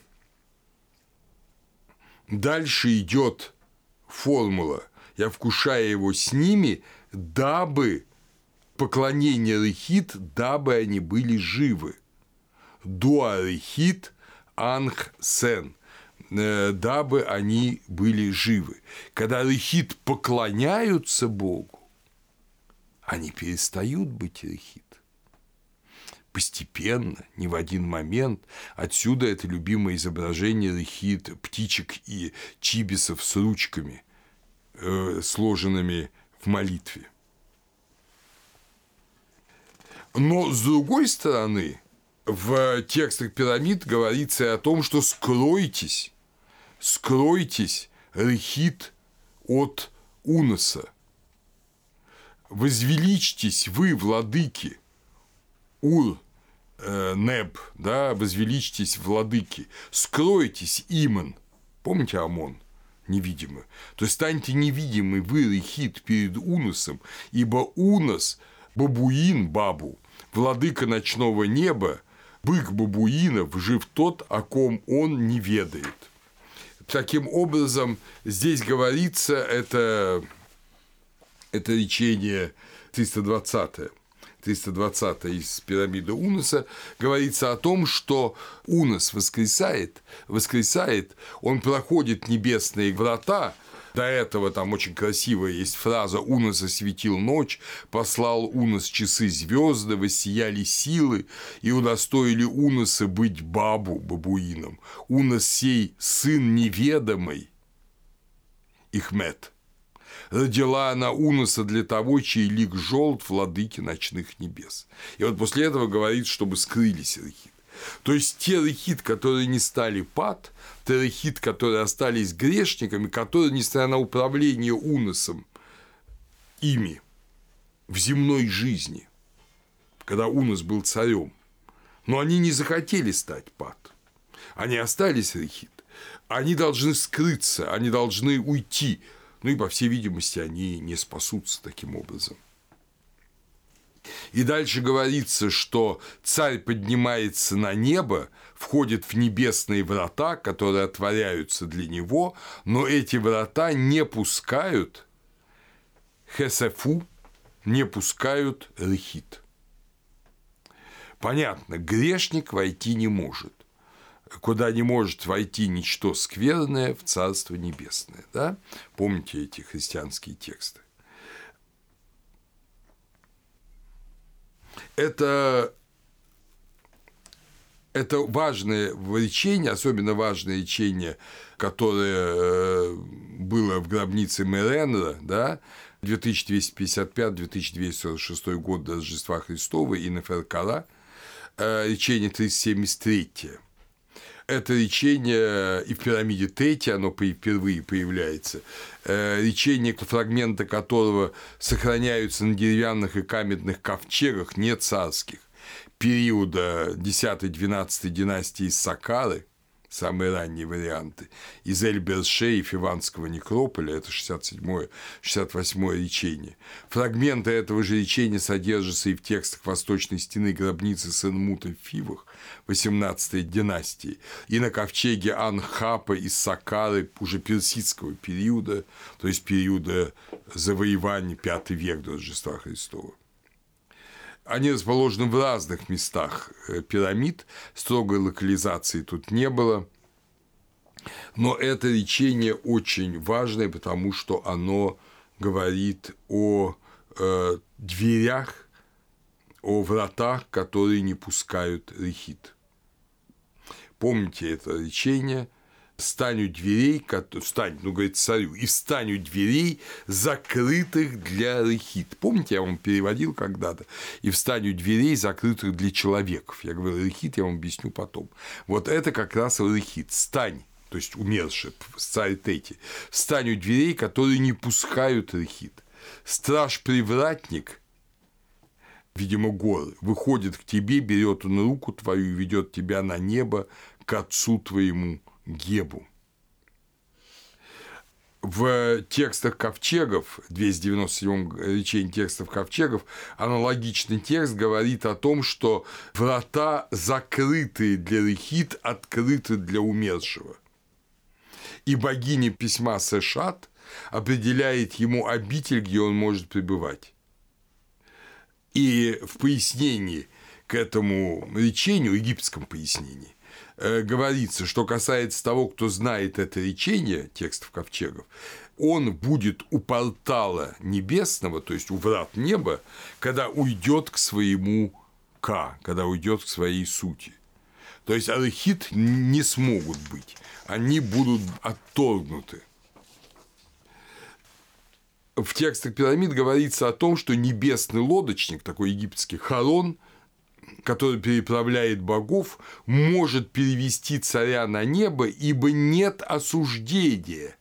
дальше идет формула: я вкушаю его с ними, дабы поклонение рехит, дабы они были живы. Дуа рехит анх сен, дабы они были живы. Когда рехит поклоняются Богу, они перестают быть рехит. Постепенно, не в один момент. Отсюда это любимое изображение рехит, птичек и чибисов с ручками, э, сложенными в молитве. Но, с другой стороны, в текстах пирамид говорится о том, что скройтесь, скройтесь, рехит, от уноса. Возвеличьтесь вы, владыки, ур, э, неб, да, возвеличьтесь, владыки, скройтесь, имен. Помните Амон? Невидимый. То есть станьте невидимы вы, рехит, перед уносом, ибо унос, бабуин, бабу, владыка ночного неба, бык бабуинов, жив тот, о ком он не ведает. Таким образом, здесь говорится, это, это речение триста двадцатое, триста двадцатое из пирамиды Уноса, говорится о том, что Унос воскресает, воскресает, он проходит небесные врата. До этого там очень красивая есть фраза: «Унос осветил ночь, послал Унос часы звезды, воссияли силы, и удостоили Уноса быть бабу, бабуином. Унос сей сын неведомый, Ихмет. Родила она Уноса для того, чей лик желт, владыки ночных небес». И вот после этого говорит, чтобы скрылись рехит. То есть те рехит, которые не стали пат, те рехит, которые остались грешниками, которые, несмотря на управление Уносом ими в земной жизни, когда Унос был царем, но они не захотели стать пат, они остались рехит, они должны скрыться, они должны уйти, ну и, по всей видимости, они не спасутся таким образом. И дальше говорится, что царь поднимается на небо, входит в небесные врата, которые отворяются для него, но эти врата не пускают хесефу, не пускают рехит. Понятно, грешник войти не может. Куда не может войти ничто скверное, в Царство Небесное. Да? Помните эти христианские тексты? Это, это важное речение, особенно важное речение, которое было в гробнице Меренра, да, две тысячи двести пятьдесят пятый - две тысячи двести сорок шестой год до Рождества Христова и Неферкара, речение триста семьдесят третье. Это речение и в пирамиде Тети, оно впервые появляется, речение, фрагменты которого сохраняются на деревянных и каменных ковчегах, не царских, периода десятой-двенадцатой династии Саккары, самые ранние варианты, из Эль-Берше и Фиванского некрополя, это шестьдесят седьмое — шестьдесят восьмое речение. Фрагменты этого же речения содержатся и в текстах восточной стены гробницы Сен-Мута в Фивах восемнадцатой династии, и на ковчеге Ан-Хапа из Саккары уже персидского периода, то есть периода завоевания пятый век до Рождества Христова. Они расположены в разных местах пирамид, строгой локализации тут не было, но это речение очень важное, потому что оно говорит о э, дверях, о вратах, которые не пускают рехит. Помните это речение? «Стань у дверей, встань, ну, говорит царю, и встань у дверей, закрытых для рехит». Помните, я вам переводил когда-то? «И встань у дверей, закрытых для человеков». Я говорю, рехит я вам объясню потом. Вот это как раз рехит. «Стань», то есть умерший, царь Тети, «встань у дверей, которые не пускают рехит. Страж-привратник, видимо, горы, выходит к тебе, берет он руку твою и ведет тебя на небо к отцу твоему Гебу». В текстах ковчегов, двести девяносто седьмом речении текстов ковчегов, аналогичный текст говорит о том, что врата, закрытые для рехит, открыты для умершего. И богиня письма Сешат определяет ему обитель, где он может пребывать. И в пояснении к этому речению, египетском пояснении, говорится, что касается того, кто знает это речение текстов ковчегов, он будет у портала небесного, то есть у врат неба, когда уйдет к своему Ка, когда уйдет к своей сути. То есть архит не смогут быть, они будут отторгнуты. В текстах пирамид говорится о том, что небесный лодочник, такой египетский Харон, который переправляет богов, может перевести царя на небо, ибо нет осуждения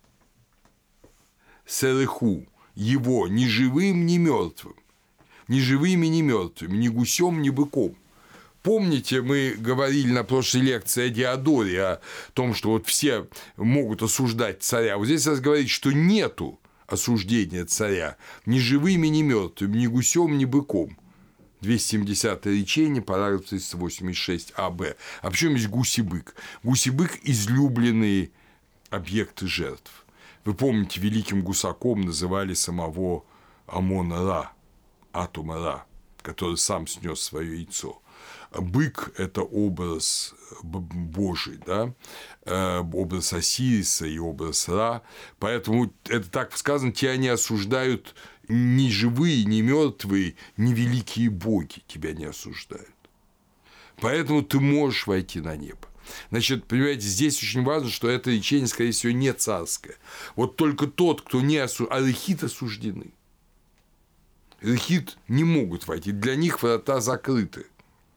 Сереху, его, ни живым, ни мертвым, ни живыми, ни мертвыми, ни гусем, ни быком. Помните, мы говорили на прошлой лекции о Диодоре, о том, что вот все могут осуждать царя. Вот здесь раз говорит, что нету осуждения царя ни живыми, ни мертвыми, ни гусем, ни быком. двести семидесятое речение, параграф триста восемьдесят шесть а бэ. А почему есть гусь и бык? Гусь и бык – излюбленные объекты жертв. Вы помните, великим гусаком называли самого Амона-Ра, Атума-Ра, который сам снес свое яйцо. Бык – это образ Божий, да? Образ Осириса и образ Ра. Поэтому это так сказано, тебя не осуждают ни живые, ни мертвые, ни великие боги тебя не осуждают. Поэтому ты можешь войти на небо. Значит, понимаете, здесь очень важно, что это речение, скорее всего, не царское. Вот только тот, кто не осужден, а рехит осуждены. Рехит не могут войти, для них врата закрыты.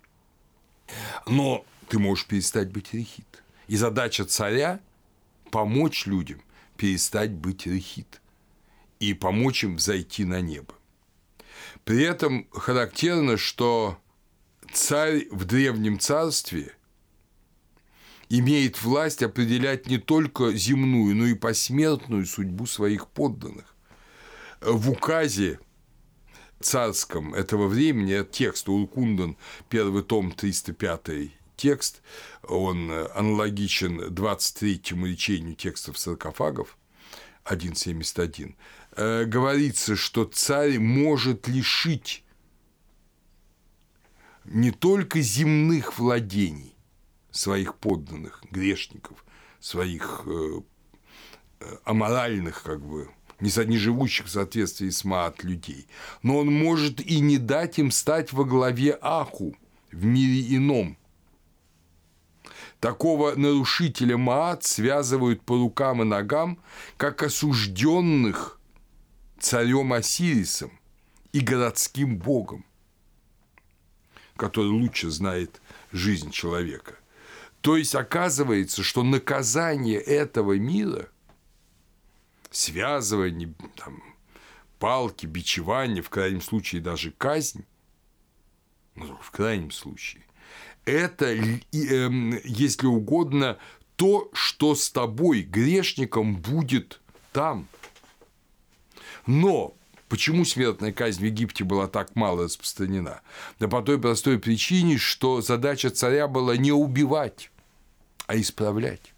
Но ты можешь перестать быть рехит. И задача царя – помочь людям перестать быть рехит и помочь им взойти на небо. При этом характерно, что царь в древнем царстве имеет власть определять не только земную, но и посмертную судьбу своих подданных. В указе царском этого времени, текст Уркундан, первый том, триста пятый текст, он аналогичен двадцать третьему речению текстов саркофагов, один семьдесят один, говорится, что царь может лишить не только земных владений своих подданных, грешников, своих аморальных, как бы, не живущих в соответствии с Маат людей, но он может и не дать им стать во главе Аху в мире ином. Такого нарушителя Маат связывают по рукам и ногам, как осужденных царем Осирисом и городским богом, который лучше знает жизнь человека. То есть оказывается, что наказание этого мира, связывание, там, палки, бичевание, в крайнем случае даже казнь, ну, в крайнем случае, это, если угодно, то, что с тобой, грешником, будет там. Но почему смертная казнь в Египте была так мало распространена? Да по той простой причине, что задача царя была не убивать, а исправлять.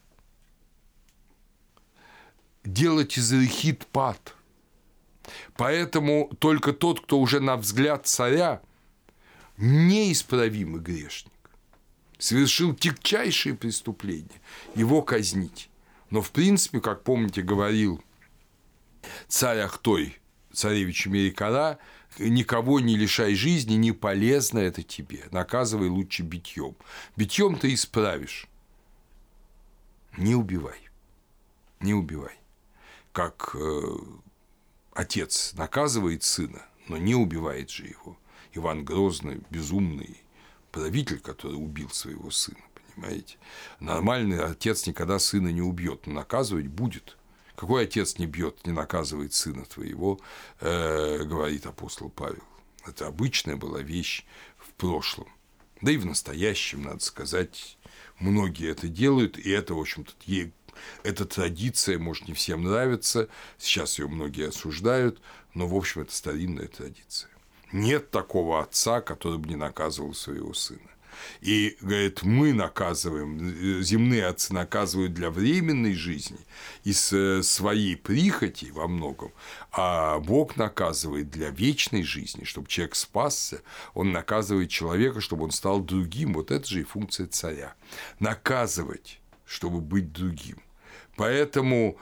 Делать из рехит пат. Поэтому только тот, кто уже на взгляд царя неисправимый грешник, совершил тягчайшие преступления, его казнить. Но, в принципе, как помните, говорил царь Ахтой, царевич Мерикара: никого не лишай жизни, не полезно это тебе, наказывай лучше битьем. Битьем ты исправишь. Не убивай, не убивай. Как э, отец наказывает сына, но не убивает же его. Иван Грозный, безумный правитель, который убил своего сына, понимаете? Нормальный отец никогда сына не убьет, но наказывать будет. Какой отец не бьет, не наказывает сына твоего, э, говорит апостол Павел. Это обычная была вещь в прошлом. Да и в настоящем, надо сказать, многие это делают, и это, в общем-то, эта традиция, может, не всем нравится, сейчас ее многие осуждают, но, в общем, это старинная традиция. Нет такого отца, который бы не наказывал своего сына. И, говорит, мы наказываем, земные отцы наказывают для временной жизни и своей прихоти во многом, а Бог наказывает для вечной жизни, чтобы человек спасся, он наказывает человека, чтобы он стал другим. Вот это же и функция царя – наказывать, чтобы быть другим. Поэтому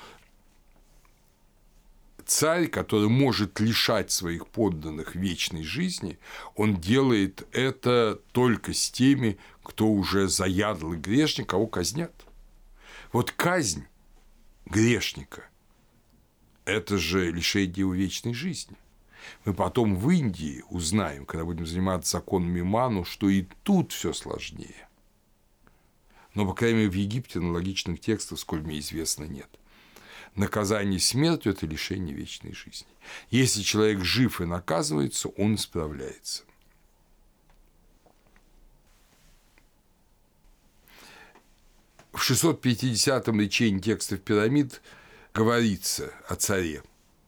царь, который может лишать своих подданных вечной жизни, он делает это только с теми, кто уже заядлый грешник, кого казнят. Вот казнь грешника – это же лишение его вечной жизни. Мы потом в Индии узнаем, когда будем заниматься законами Ману, что и тут все сложнее. Но, по крайней мере, в Египте аналогичных текстов, сколь мне известно, нет. Наказание смертью – это лишение вечной жизни. Если человек жив и наказывается, он исправляется. В шестьсот пятидесятом речении текстов пирамид говорится о царе.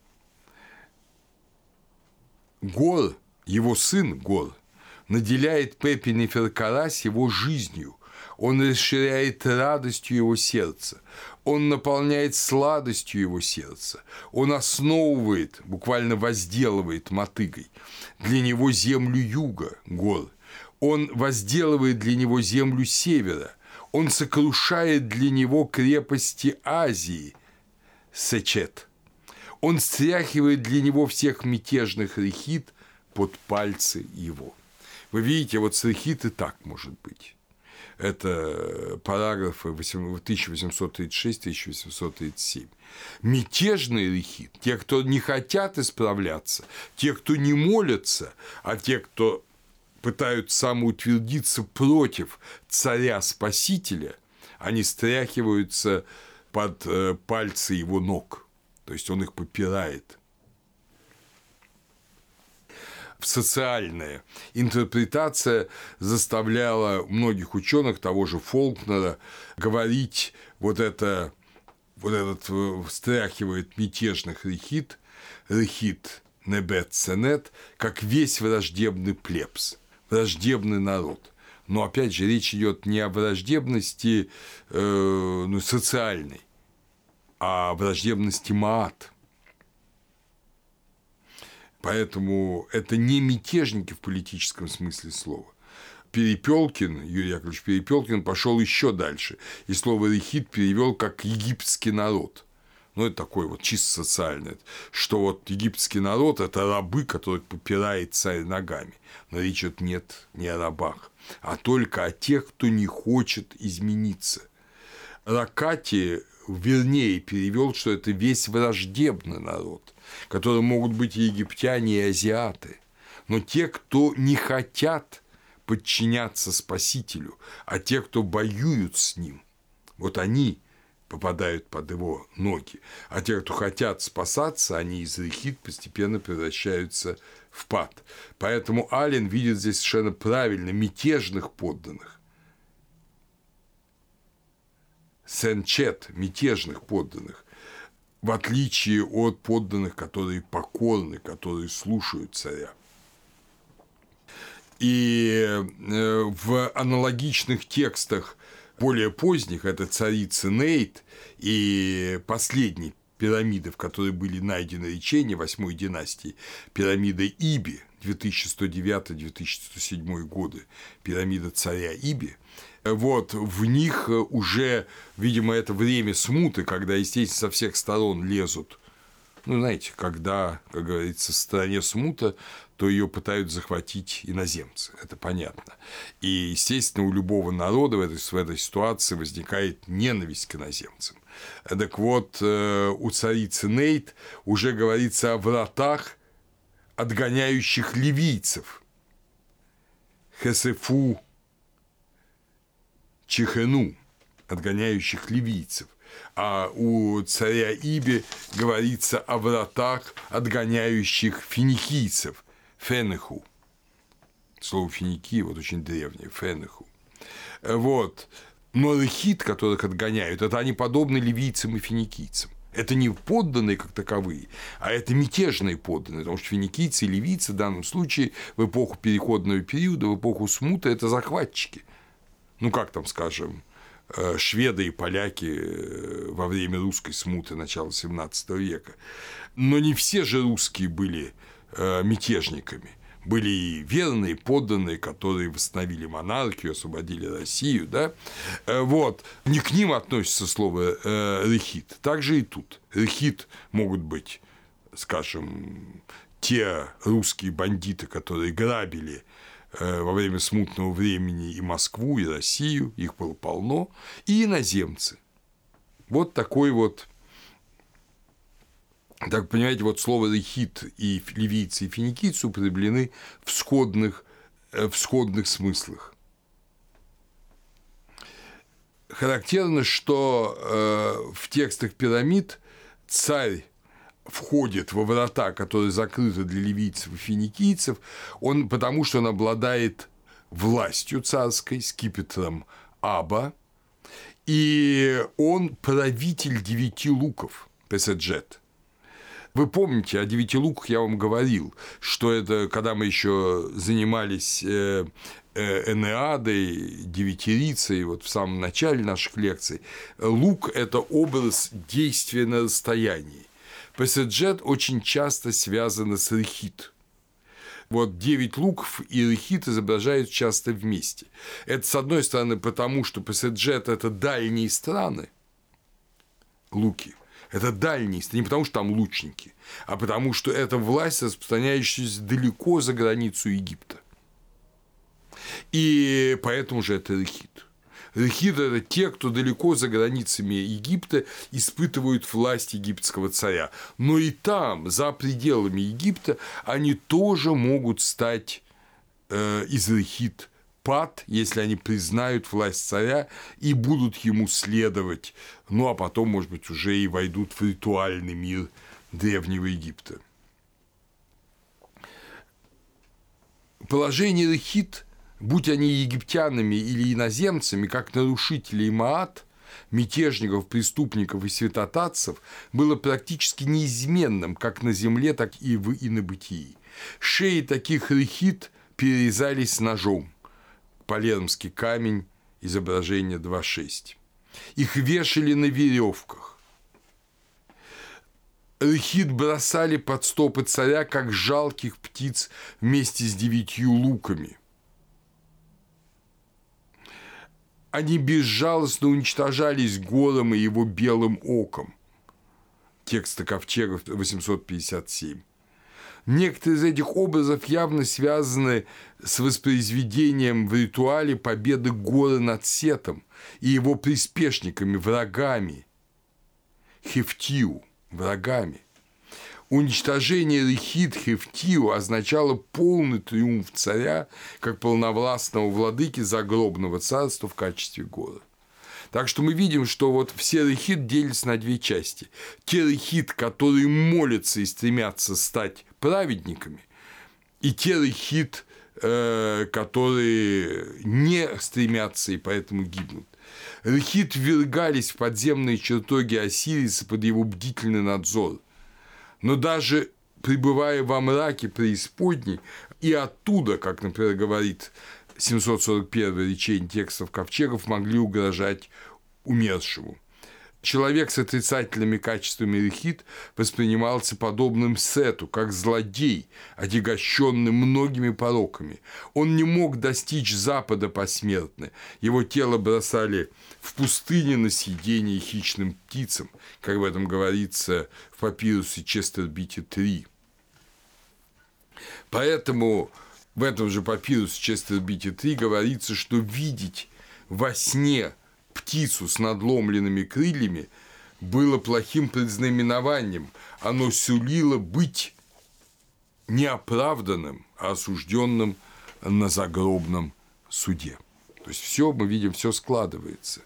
Гор, его сын Гор, наделяет Пепи Неферкарась его жизнью. Он расширяет радостью его сердца, он наполняет сладостью его сердца, он основывает, буквально возделывает мотыгой для него землю юга, гор, он возделывает для него землю севера, он сокрушает для него крепости Азии, Сечет, он стряхивает для него всех мятежных рехит под пальцы его. Вы видите, вот с рехит и так может быть. Это параграфы тысяча восемьсот тридцать шесть — тысяча восемьсот тридцать семь. Мятежные рехит, те, кто не хотят исправляться, те, кто не молятся, а те, кто пытаются самоутвердиться против царя-спасителя, они стряхиваются под пальцы его ног, то есть он их попирает. Социальная интерпретация заставляла многих ученых, того же Фолкнера, говорить вот это, вот этот встряхивает мятежных рехит, рехит небет сенет, как весь враждебный плебс, враждебный народ. Но опять же речь идет не о враждебности э, ну, социальной, а о враждебности маат. Поэтому это не мятежники в политическом смысле слова. Перепелкин, Юрий Яковлевич Перепелкин пошел еще дальше, и слово рехит перевел как египетский народ. Ну, это такое вот чисто социальное, что вот египетский народ – это рабы, которых попирает царь ногами. Но речь идет нет не о рабах, а только о тех, кто не хочет измениться. Ракати вернее перевел, что это весь враждебный народ, которые могут быть и египтяне, и азиаты, но те, кто не хотят подчиняться Спасителю, а те, кто воюют с ним, вот они попадают под его ноги, а те, кто хотят спасаться, они из рехит постепенно превращаются в пат. Поэтому Аллен видит здесь совершенно правильно мятежных подданных, сенчет, мятежных подданных, в отличие от подданных, которые покорны, которые слушают царя. И в аналогичных текстах более поздних, это царицы Нейт и последней пирамиды, в которой были найдены речения восьмой династии, пирамида Иби, две тысячи сто девятый - две тысячи сто седьмой годы, пирамида царя Иби, вот, в них уже, видимо, это время смуты, когда, естественно, со всех сторон лезут. Ну, знаете, когда, как говорится, в стране смута, то ее пытаются захватить иноземцы. Это понятно. И, естественно, у любого народа в этой, в этой ситуации возникает ненависть к иноземцам. Так вот, у царицы Нейт уже говорится о вратах, отгоняющих ливийцев. Хесефу Чихену, отгоняющих ливийцев. А у царя Иби говорится о вратах, отгоняющих финикийцев. Фенеху. Слово финики вот очень древнее. Фенеху. Вот. Но рехит, которых отгоняют, это они подобны ливийцам и финикийцам. Это не подданные как таковые, а это мятежные подданные, потому что финикийцы и ливийцы в данном случае в эпоху переходного периода, в эпоху смуты – это захватчики. Ну, как там, скажем, шведы и поляки во время русской смуты начала семнадцатого века. Но не все же русские были мятежниками. Были и верные, подданные, которые восстановили монархию, освободили Россию, да, вот, не к ним относится слово рехит, так же и тут. Рехит могут быть, скажем, те русские бандиты, которые грабили во время смутного времени и Москву, и Россию, их было полно, и иноземцы. Вот такой вот. Так, понимаете, вот слово «рехит» и ливийцы, и финикийцы употреблены в сходных, в сходных смыслах. Характерно, что в текстах пирамид царь входит во врата, которые закрыты для ливийцев и финикийцев, он, потому что он обладает властью царской, скипетром Аба, и он правитель девяти луков, Песеджет. Вы помните, о девяти луках я вам говорил, что это, когда мы еще занимались Энеадой, Девятирицей, вот в самом начале наших лекций, лук – это образ действия на расстоянии. Песеджет очень часто связано с рехит. Вот девять луков и рехит изображают часто вместе. Это, с одной стороны, потому что Песеджет – это дальние страны, луки. Это дальние страны, не потому что там лучники, а потому что это власть, распространяющаяся далеко за границу Египта. И поэтому же это рехит. Рехит – это те, кто далеко за границами Египта испытывают власть египетского царя. Но и там, за пределами Египта, они тоже могут стать э, из рехит пат, если они признают власть царя и будут ему следовать. Ну, а потом, может быть, уже и войдут в ритуальный мир Древнего Египта. Положение рехит, будь они египтянами или иноземцами, как нарушителей Маат, мятежников, преступников и святотатцев, было практически неизменным как на земле, так и в инобытии. Шеи таких рехит перерезались ножом. Палермский камень, изображение два шесть. Их вешали на веревках. Рехит бросали под стопы царя, как жалких птиц вместе с девятью луками. Они безжалостно уничтожались гором и его белым оком. Текст Ковчега восемьсот пятьдесят семь. Некоторые из этих образов явно связаны с воспроизведением в ритуале победы Гора над Сетом и его приспешниками, врагами, Хефтиу, врагами. Уничтожение рехит Хефтиу означало полный триумф царя как полновластного владыки загробного царства в качестве Гора. Так что мы видим, что вот все рехит делятся на две части. Те рехит, которые молятся и стремятся стать праведниками, и те рехит, которые не стремятся и поэтому гибнут. Рехит ввергались в подземные чертоги Осириса под его бдительный надзор. Но даже пребывая во мраке преисподней, и оттуда, как, например, говорит семьсот сорок первое речение текстов ковчегов, могли угрожать умершему. Человек с отрицательными качествами рехит воспринимался подобным Сету, как злодей, отягощенный многими пороками. Он не мог достичь Запада посмертно. Его тело бросали в пустыне на съедение хищным птицам, как в этом говорится в папирусе Честербити три. Поэтому в этом же папирусе Честербити три говорится, что видеть во сне птицу с надломленными крыльями было плохим предзнаменованием. Оно сулило быть не оправданным, а осужденным на загробном суде. То есть все, мы видим, все складывается.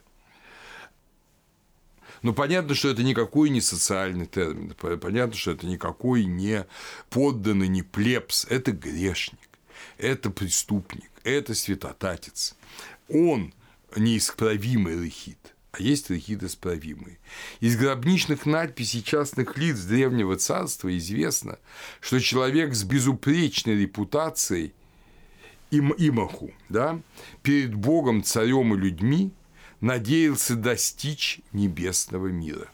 Но понятно, что это никакой не социальный термин, понятно, что это никакой не подданный, не плебс, это грешник, это преступник, это святотатец. Он неисправимый рехит, а есть рехит исправимый. Из гробничных надписей частных лиц Древнего Царства известно, что человек с безупречной репутацией им, имаху, да, перед Богом, царем и людьми надеялся достичь небесного мира.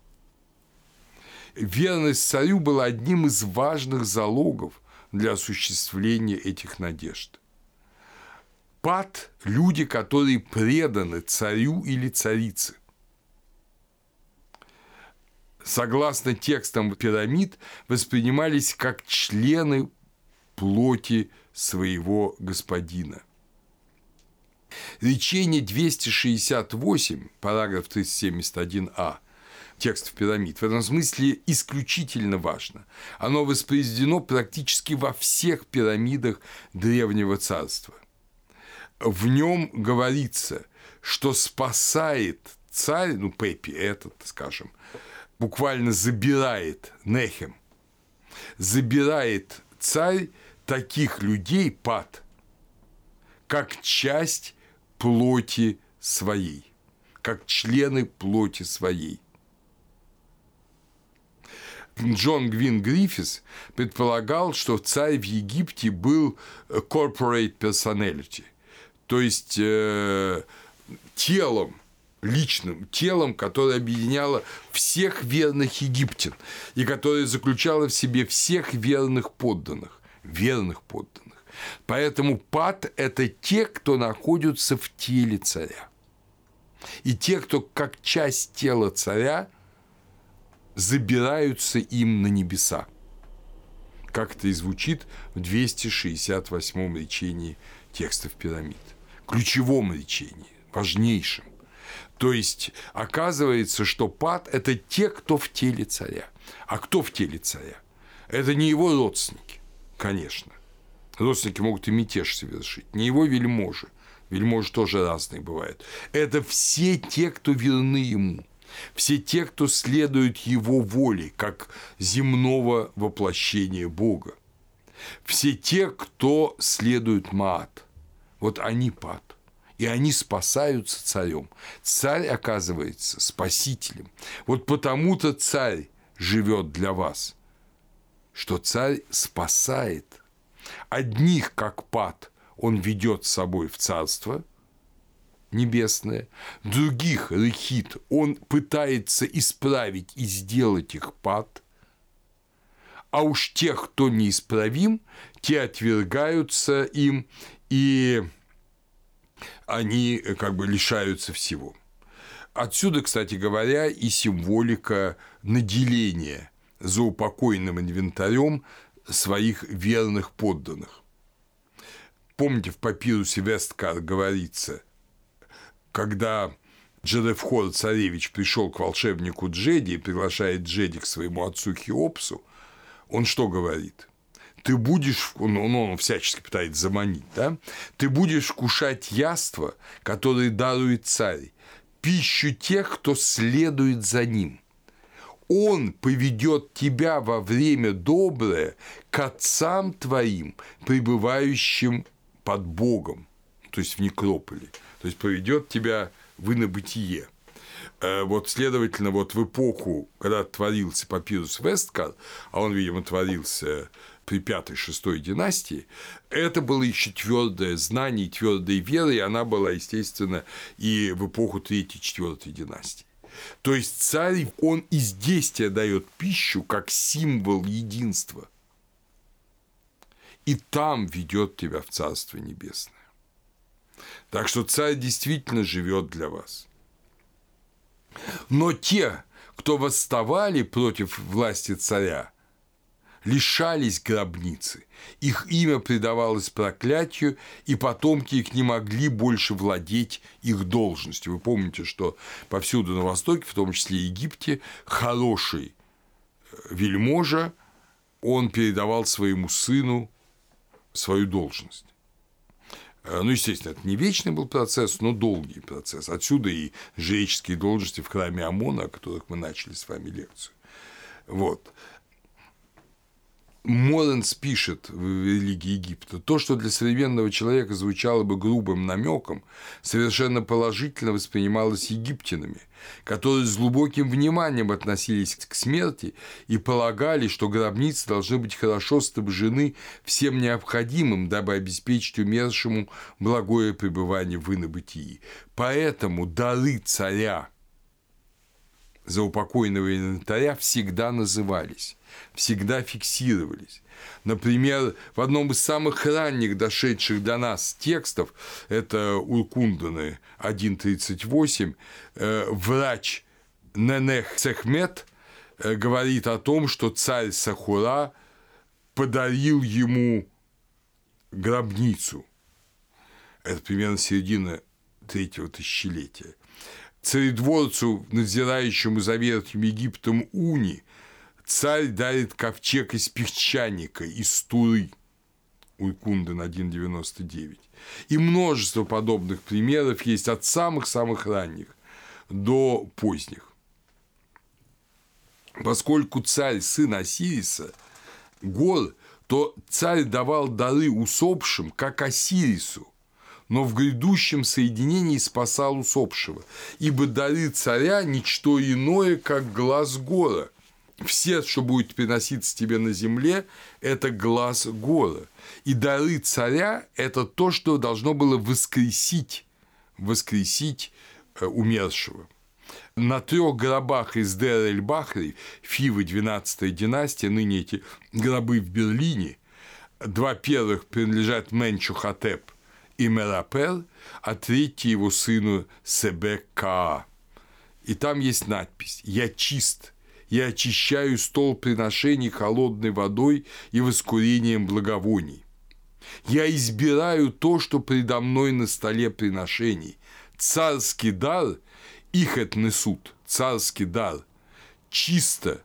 Верность царю была одним из важных залогов для осуществления этих надежд. Пат – люди, которые преданы царю или царице. Согласно текстам пирамид, воспринимались как члены плоти своего господина. Речение двести шестьдесят восемь, параграф триста семьдесят один а, текстов пирамид, в этом смысле исключительно важно. Оно воспроизведено практически во всех пирамидах Древнего Царства. В нем говорится, что спасает царь, ну, Пепи этот, скажем, буквально забирает, Нехем, забирает царь таких людей, Пат, как часть плоти своей, как члены плоти своей. Джон Гвин Гриффис предполагал, что царь в Египте был corporate personality, то есть э, телом, личным телом, которое объединяло всех верных египтян и которое заключало в себе всех верных подданных, верных подданных. Поэтому Пат – это те, кто находятся в теле царя, и те, кто как часть тела царя забираются им на небеса, как это и звучит в двести шестьдесят восьмом речении текстов пирамид. Ключевом речении, важнейшем. То есть, оказывается, что Пат – это те, кто в теле царя. А кто в теле царя? Это не его родственники, конечно. Родственники могут и мятеж совершить, не его вельможи. Вельможи тоже разные бывают. Это все те, кто верны ему. Все те, кто следует его воле, как земного воплощения Бога. Все те, кто следует Маат. Вот они Пат. И они спасаются царем. Царь оказывается спасителем. Вот потому-то царь живет для вас, что царь спасает. Одних, как Пат, он ведет с собой в царство небесное, других, рехит, он пытается исправить и сделать их Пат, а уж тех, кто неисправим, те отвергаются им, и они как бы лишаются всего. Отсюда, кстати говоря, и символика наделения заупокойным инвентарем своих верных подданных. Помните, в папирусе Весткар говорится, когда Джерефхор царевич пришел к волшебнику Джеди и приглашает Джеди к своему отцу Хеопсу, он что говорит? Ты будешь, ну, он всячески пытается заманить, да? Ты будешь вкушать яства, которые дарует царь, пищу тех, кто следует за ним. Он поведет тебя во время доброе к отцам твоим, пребывающим под Богом, то есть в некрополе. То есть поведет тебя в инобытие. Вот, следовательно, вот в эпоху, когда творился папирус Весткар, а он, видимо, творился при пятой-шестой династии, это было еще твердое знание, твердая вера, и она была, естественно, и в эпоху третьей-четвёртой династии. То есть царь, он и здесь тебе дает пищу как символ единства, и там ведет тебя в Царство Небесное. Так что царь действительно живет для вас. Но те, кто восставали против власти царя, лишались гробницы, их имя предавалось проклятию, и потомки их не могли больше владеть их должностью. Вы помните, что повсюду на Востоке, в том числе и Египте, хороший вельможа, он передавал своему сыну свою должность. Ну, естественно, это не вечный был процесс, но долгий процесс. Отсюда и жреческие должности в храме Амона, о которых мы начали с вами лекцию. Вот. Моренс пишет в «Религии Египта», то, что для современного человека звучало бы грубым намеком, совершенно положительно воспринималось египтянами, которые с глубоким вниманием относились к смерти и полагали, что гробницы должны быть хорошо снабжены всем необходимым, дабы обеспечить умершему благое пребывание в инобытии. Поэтому дары царя заупокойного инвентаря всегда назывались, всегда фиксировались. Например, в одном из самых ранних дошедших до нас текстов, это Уркунданы один тридцать восемь, врач Ненех Цехмет говорит о том, что царь Сахура подарил ему гробницу. Это примерно середина третьего тысячелетия. Царедворцу, надзирающему за верхним Египтом Уни, царь дарит ковчег из песчаника, из Туры. Уркундан один девяносто девять. И множество подобных примеров есть от самых-самых ранних до поздних. Поскольку царь сын Осириса, Гор, то царь давал дары усопшим, как Осирису, но в грядущем соединении спасал усопшего, ибо дары царя – ничто иное, как глаз Гора. Все, что будет приноситься тебе на земле, это глаз Гора. И дары царя – это то, что должно было воскресить, воскресить умершего. На трех гробах из Дер-эль-Бахри, Фивы, двенадцатая династия, ныне эти гробы в Берлине, два первых принадлежат Менчу-Хотеп и Мерапер, а третий его сыну Себек-Каа. И там есть надпись «Я чист, я очищаю стол приношений холодной водой и воскурением благовоний. Я избираю то, что предо мной на столе приношений. Царский дар, их это несут, царский дар, чисто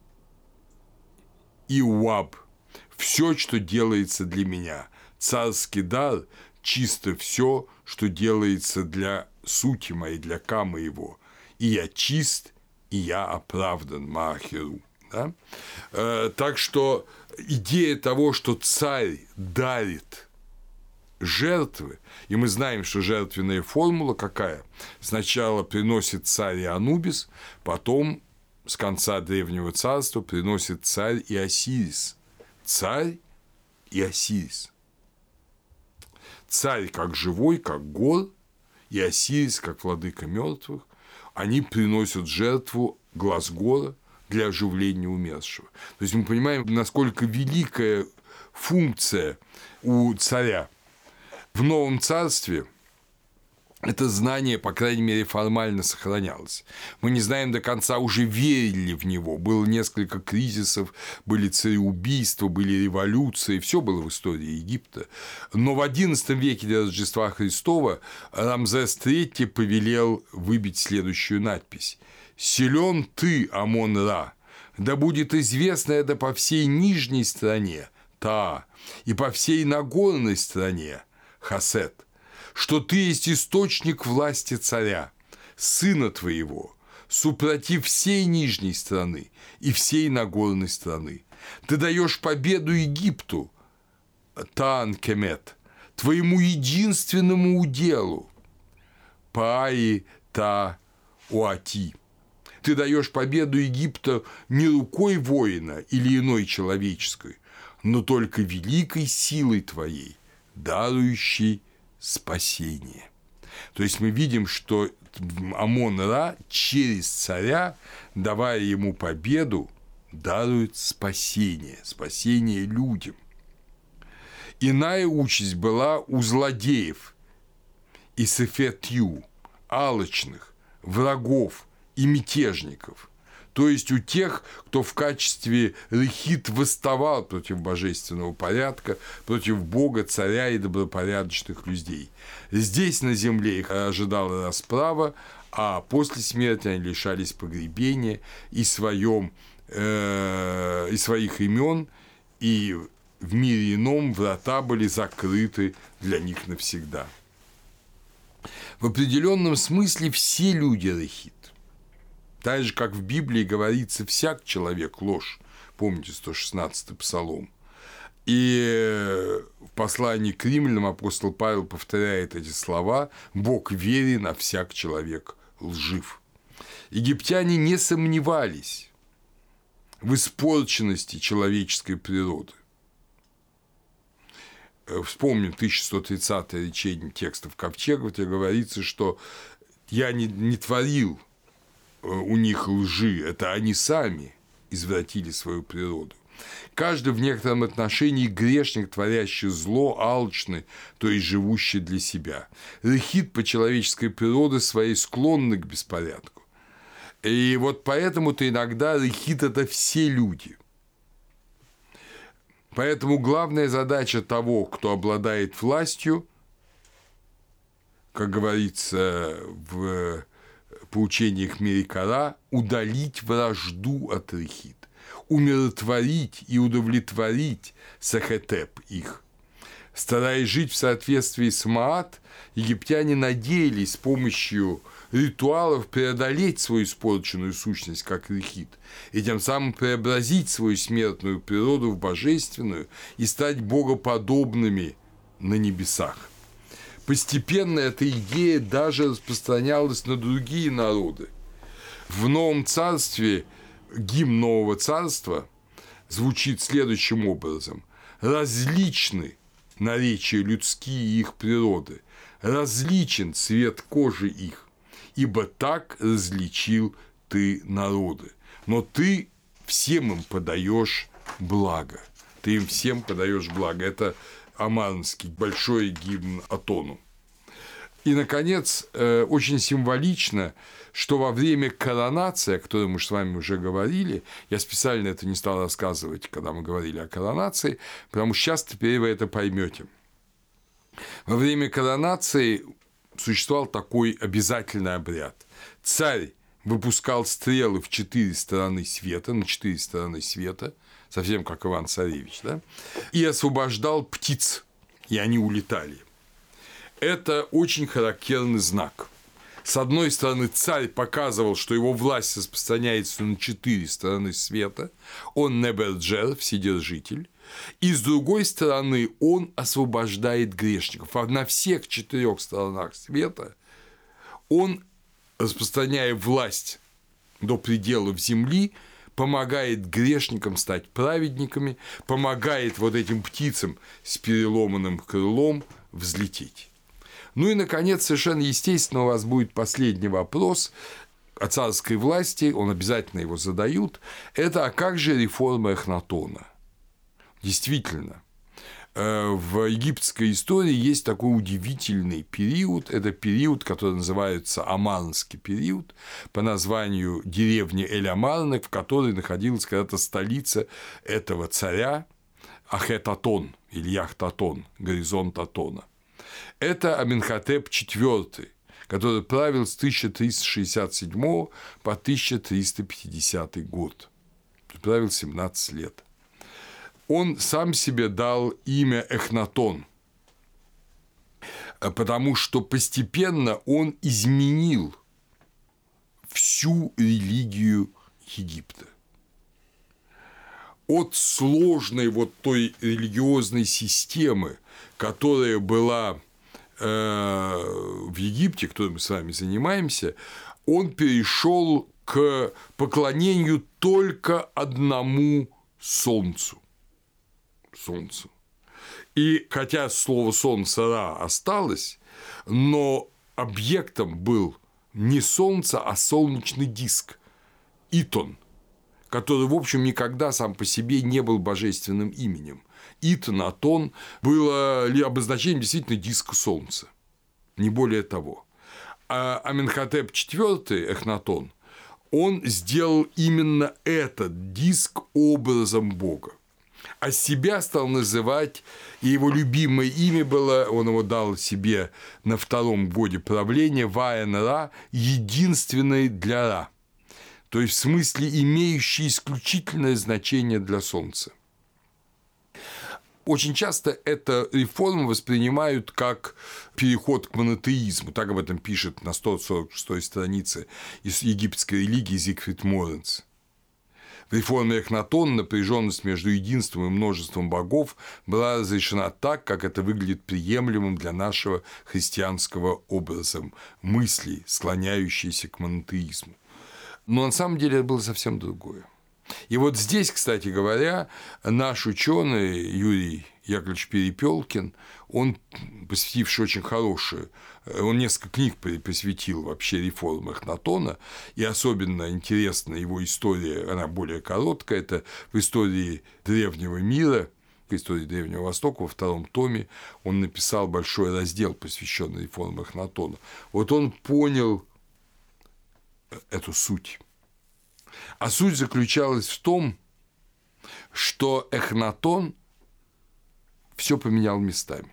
и уаб, все, что делается для меня. Царский дар, чисто все, что делается для сути моей, для ка моего. И я чист, и я оправдан, Маахеру. Да? Э, так что идея того, что царь дарит жертвы, и мы знаем, что жертвенная формула какая? Сначала приносит царь Анубис, потом с конца Древнего Царства приносит царь и Осирис. Царь и Осирис. Царь как живой, как Гор, и Осирис как владыка мертвых, они приносят жертву глаз Гора для оживления умершего. То есть мы понимаем, насколько великая функция у царя. В Новом Царстве это знание, по крайней мере, формально сохранялось. Мы не знаем до конца, уже верили в него. Было несколько кризисов, были цареубийства, были революции, все было в истории Египта. Но в одиннадцатом веке до Рождества Христова Рамзес третий повелел выбить следующую надпись: «Силен ты, Амон-Ра, да будет известно это по всей нижней стране, Та, и по всей Нагорной стране, Хасет, что ты есть источник власти царя, сына твоего, супротив всей нижней страны и всей Нагорной страны. Ты даешь победу Египту, Таан-Кемет, твоему единственному уделу, Пааи Уати. Ты даешь победу Египту не рукой воина или иной человеческой, но только великой силой твоей, дарующей спасение. То есть мы видим, что Амон-Ра через царя, давая ему победу, дарует спасение, спасение людям. Иная участь была у злодеев и сефетью, алчных, врагов и мятежников, то есть у тех, кто в качестве рехит восставал против божественного порядка, против Бога, царя и добропорядочных людей. Здесь на земле их ожидала расправа, а после смерти они лишались погребения и, своем, э, и своих имен, и в мире ином врата были закрыты для них навсегда. В определенном смысле все люди рехит. Так же, как в Библии говорится, всяк человек ложь. Помните сто шестнадцатый псалом. И в послании к римлянам апостол Павел повторяет эти слова: «Бог верен, а всяк человек лжив». Египтяне не сомневались в испорченности человеческой природы. Вспомним тысяча сто тридцатое речение текстов Ковчега, где говорится, что «я не, не творил у них лжи, это они сами извратили свою природу». Каждый в некотором отношении грешник, творящий зло, алчный, то есть живущий для себя. Рехит по человеческой природе своей склонны к беспорядку. И вот поэтому-то иногда рехит – это все люди. Поэтому главная задача того, кто обладает властью, как говорится в поучениях Мерикара, удалить вражду от рехит, умиротворить и удовлетворить сахетеп их. Стараясь жить в соответствии с Маат, египтяне надеялись с помощью ритуалов преодолеть свою испорченную сущность, как рехит, и тем самым преобразить свою смертную природу в божественную и стать богоподобными на небесах. Постепенно эта идея даже распространялась на другие народы. В Новом Царстве гимн Нового Царства звучит следующим образом: «Различны наречия людские и их природы, различен цвет кожи их, ибо так различил ты народы, но ты всем им подаешь благо». Ты им всем подаешь благо. Это амарнский большой гимн Атону. И, наконец, очень символично, что во время коронации, о которой мы с вами уже говорили, я специально это не стал рассказывать, когда мы говорили о коронации, потому что сейчас теперь вы это поймете. Во время коронации существовал такой обязательный обряд. Царь выпускал стрелы в четыре стороны света, на четыре стороны света, совсем как Иван-Царевич, да, и освобождал птиц, и они улетали. Это очень характерный знак. С одной стороны, царь показывал, что его власть распространяется на четыре стороны света, он неберджер, вседержитель, и с другой стороны, он освобождает грешников. А на всех четырех сторонах света он, распространяя власть до пределов земли, помогает грешникам стать праведниками, помогает вот этим птицам с переломанным крылом взлететь. Ну и, наконец, совершенно естественно, у вас будет последний вопрос о царской власти, он обязательно его задают. Это: а как же реформа Эхнатона? Действительно, в египетской истории есть такой удивительный период. Это период, который называется Амарнский период, по названию деревни Эль-Амарны, в которой находилась когда-то столица этого царя Ахетатон или Яхтатон, горизонт Атона. Это Аменхотеп четвёртый, который правил с тысяча триста шестьдесят седьмого по тысяча триста пятидесятый год. Правил семнадцать лет. Он сам себе дал имя Эхнатон, потому что постепенно он изменил всю религию Египта. От сложной вот той религиозной системы, которая была в Египте, которым мы с вами занимаемся, он перешел к поклонению только одному солнцу. Солнцу. И хотя слово «солнце» Ра осталось, но объектом был не солнце, а солнечный диск – Итон, который, в общем, никогда сам по себе не был божественным именем. Итон, Атон было обозначением действительно диска солнца, не более того. А Аменхотеп четвёртый, Эхнатон, он сделал именно этот диск образом Бога. А себя стал называть, и его любимое имя было, он его дал себе на втором годе правления, Ваен-Ра, единственный для Ра, то есть в смысле имеющий исключительное значение для Солнца. Очень часто эту реформу воспринимают как переход к монотеизму. Так об этом пишет на сто сорок шестой странице из египетской религии Зигфрид Моренц. В реформе Эхнатона напряженность между единством и множеством богов была разрешена так, как это выглядит приемлемым для нашего христианского образа мыслей, склоняющейся к монотеизму. Но на самом деле это было совсем другое. И вот здесь, кстати говоря, наш ученый Юрий Яковлевич Перепелкин, он, посвятивший очень хорошие, он несколько книг посвятил вообще реформе Эхнатона, и особенно интересна его история, она более короткая, это в истории древнего мира, в истории Древнего Востока, во втором томе он написал большой раздел, посвященный реформе Эхнатона. Вот он понял эту суть. А суть заключалась в том, что Эхнатон все поменял местами.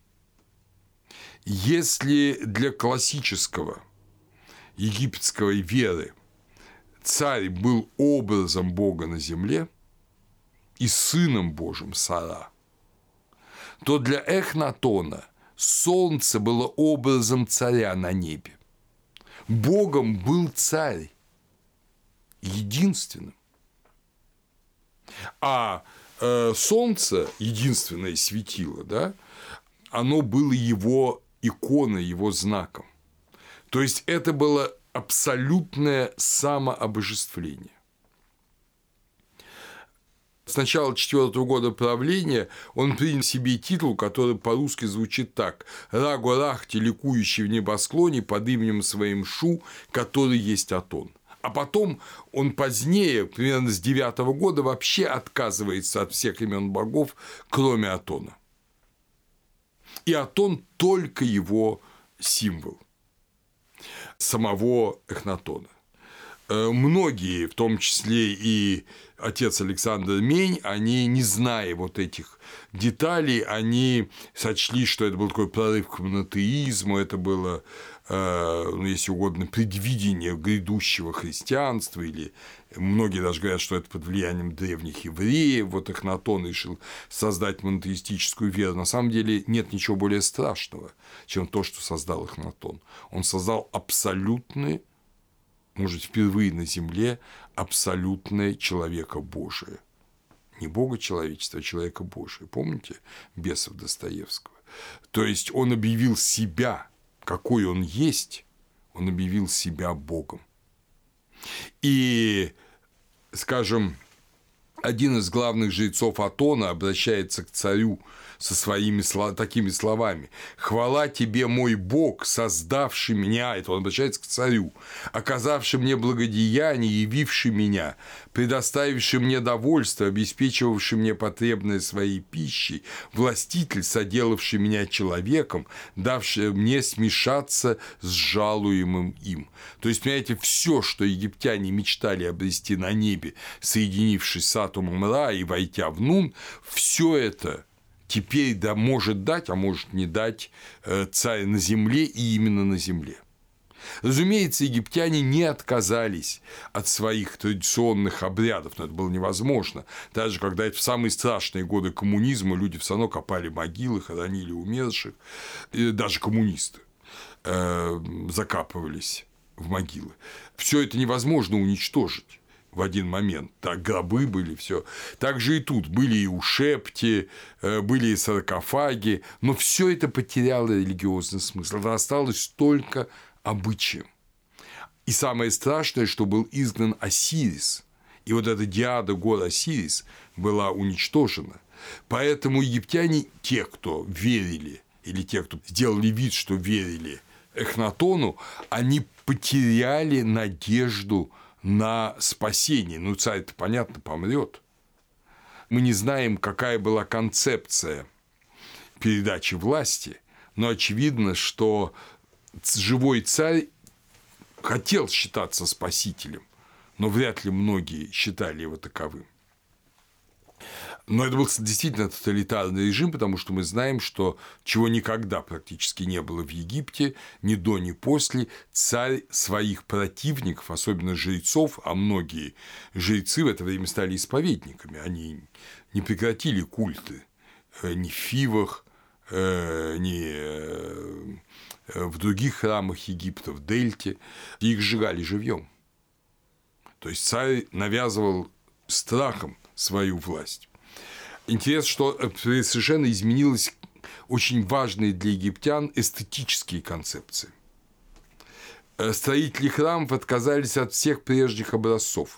Если для классического египетской веры царь был образом Бога на земле и сыном Божьим Сара, то для Эхнатона солнце было образом царя на небе. Богом был царь, единственным. А э, солнце, единственное светило, да, оно было его иконой, его знаком. То есть это было абсолютное самообожествление. С начала четвёртого года правления он принял себе титул, который по-русски звучит так: «Рагу-Рахти, ликующий в небосклоне под именем своим Шу, который есть Атон». А потом он позднее, примерно с девятого года, вообще отказывается от всех имен богов, кроме Атона. И Атон только его символ самого Эхнатона. Многие, в том числе и отец Александр Мень, они, не зная вот этих деталей, они сочли, что это был такой прорыв к монотеизму, это было, ну, если угодно, предвидение грядущего христианства, или многие даже говорят, что это под влиянием древних евреев, вот Эхнатон решил создать монотеистическую веру. На самом деле нет ничего более страшного, чем то, что создал Эхнатон. Он создал абсолютный, может, впервые на земле абсолютное человека Божие. Не Бога человечества, а человека Божия. Помните бесов Достоевского? То есть он объявил себя, какой он есть, он объявил себя Богом. И, скажем, один из главных жрецов Атона обращается к царю со своими такими словами: «Хвала тебе, мой Бог, создавший меня», это он обращается к царю, «оказавший мне благодеяние, явивший меня, предоставивший мне довольство, обеспечивавший мне потребное своей пищей, властитель, соделавший меня человеком, давший мне смешаться с жалуемым им». То есть, понимаете, все, что египтяне мечтали обрести на небе, соединившись с атомом Ра и войдя в Нун, все это теперь да может дать, а может не дать царь на земле, и именно на земле. Разумеется, египтяне не отказались от своих традиционных обрядов, но это было невозможно. Даже когда это в самые страшные годы коммунизма люди все равно копали могилы, хоронили умерших, и даже коммунисты э, закапывались в могилы. Все это невозможно уничтожить. в один момент. Так, гробы были, все. Так же и тут были и ушепти, были и саркофаги, но все это потеряло религиозный смысл. Это осталось только обычаем. И самое страшное, что был изгнан Осирис. И вот эта диада гор Осирис была уничтожена. Поэтому египтяне, те, кто верили, или те, кто сделали вид, что верили Эхнатону, они потеряли надежду на спасение. Ну, царь-то, понятно, помрет. Мы не знаем, какая была концепция передачи власти, но очевидно, что живой царь хотел считаться спасителем, но вряд ли многие считали его таковым. Но это был действительно тоталитарный режим, потому что мы знаем, что чего никогда практически не было в Египте, ни до, ни после, царь своих противников, особенно жрецов, а многие жрецы в это время стали исповедниками, они не прекратили культы ни в Фивах, ни в других храмах Египта, в Дельте, их сжигали живьем. То есть царь навязывал страхом свою власть. Интересно, что совершенно изменились очень важные для египтян эстетические концепции. Строители храмов отказались от всех прежних образцов.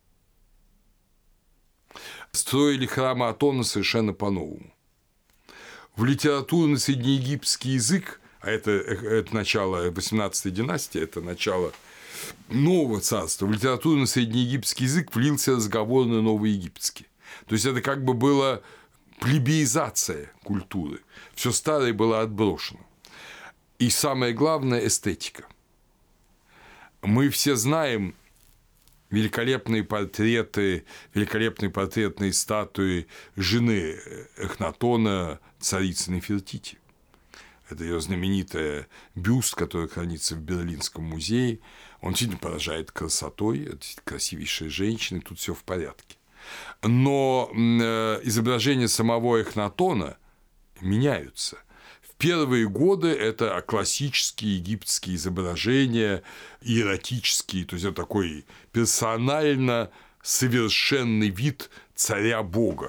Строили храмы Атона совершенно по-новому. В литературный среднеегипетский язык, а это, это начало восемнадцатой династии, это начало нового царства, в литературный среднеегипетский язык влился разговор на новоегипетский. То есть это как бы была плебеизация культуры. Все старое было отброшено. И самое главное – эстетика. Мы все знаем великолепные портреты, великолепные портретные статуи жены Эхнатона, царицы Нефертити. Это ее знаменитый бюст, который хранится в Берлинском музее. Он действительно поражает красотой, это красивейшая женщина, и тут все в порядке. Но изображения самого Эхнатона меняются. В первые годы это классические египетские изображения, иеротические, то есть это такой персонально совершенный вид царя-бога.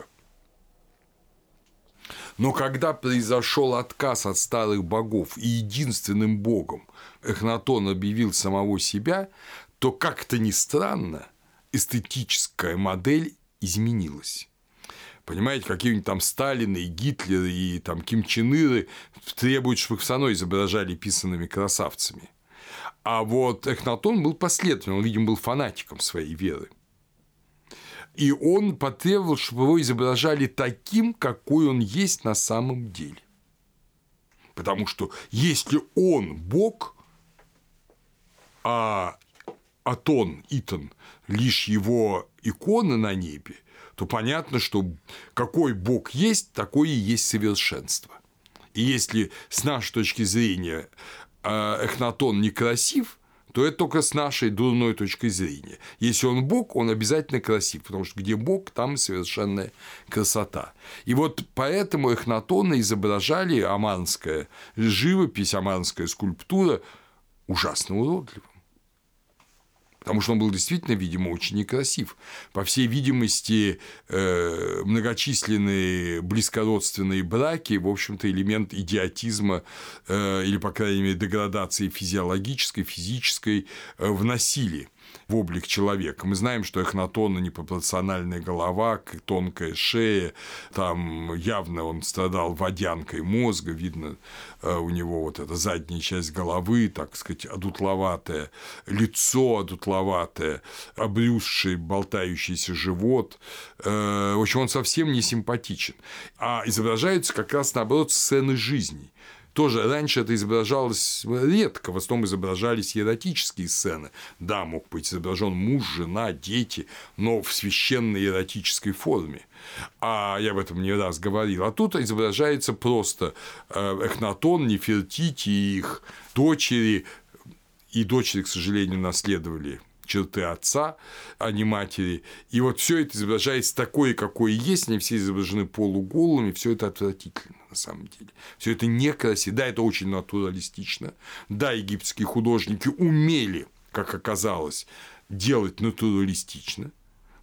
Но когда произошел отказ от старых богов и единственным богом Эхнатон объявил самого себя, то как-то ни странно эстетическая модель изменилась. Понимаете, какие-нибудь там Сталины, и Гитлеры, и там Ким Чен Иры требуют, чтобы их все равно изображали писанными красавцами. А вот Эхнатон был последовательным, он, видимо, был фанатиком своей веры. И он потребовал, чтобы его изображали таким, какой он есть на самом деле. Потому что если он бог, а Атон, Итон, лишь его икона на небе, то понятно, что какой бог есть, такое и есть совершенство. И если с нашей точки зрения Эхнатон некрасив, то это только с нашей дурной точки зрения. Если он бог, он обязательно красив, потому что где бог, там и совершенная красота. И вот поэтому Эхнатона изображали, аманская живопись, аманская скульптура ужасно уродливым. Потому что он был действительно, видимо, очень некрасив. По всей видимости, многочисленные близкородственные браки, в общем-то, элемент идиотизма или, по крайней мере, деградации физиологической, физической вносили в облик человека. Мы знаем, что Эхнатона непропорциональная голова, тонкая шея, там явно он страдал водянкой мозга, видно у него вот эта задняя часть головы, так сказать, одутловатое, лицо одутловатое, обрюзший, болтающийся живот. В общем, он совсем не симпатичен. А изображаются как раз, наоборот, сцены жизни. Тоже раньше это изображалось редко, в основном изображались эротические сцены. Да, мог быть изображен муж, жена, дети, но в священной эротической форме. А я об этом не раз говорил. А тут изображается просто Эхнатон, Нефертити и их дочери. И дочери, к сожалению, наследовали черты отца, а не матери. И вот все это изображается такое, какое есть, они все изображены полуголыми, все это отвратительно на самом деле. Все это некрасиво. Да, это очень натуралистично. Да, египетские художники умели, как оказалось, делать натуралистично.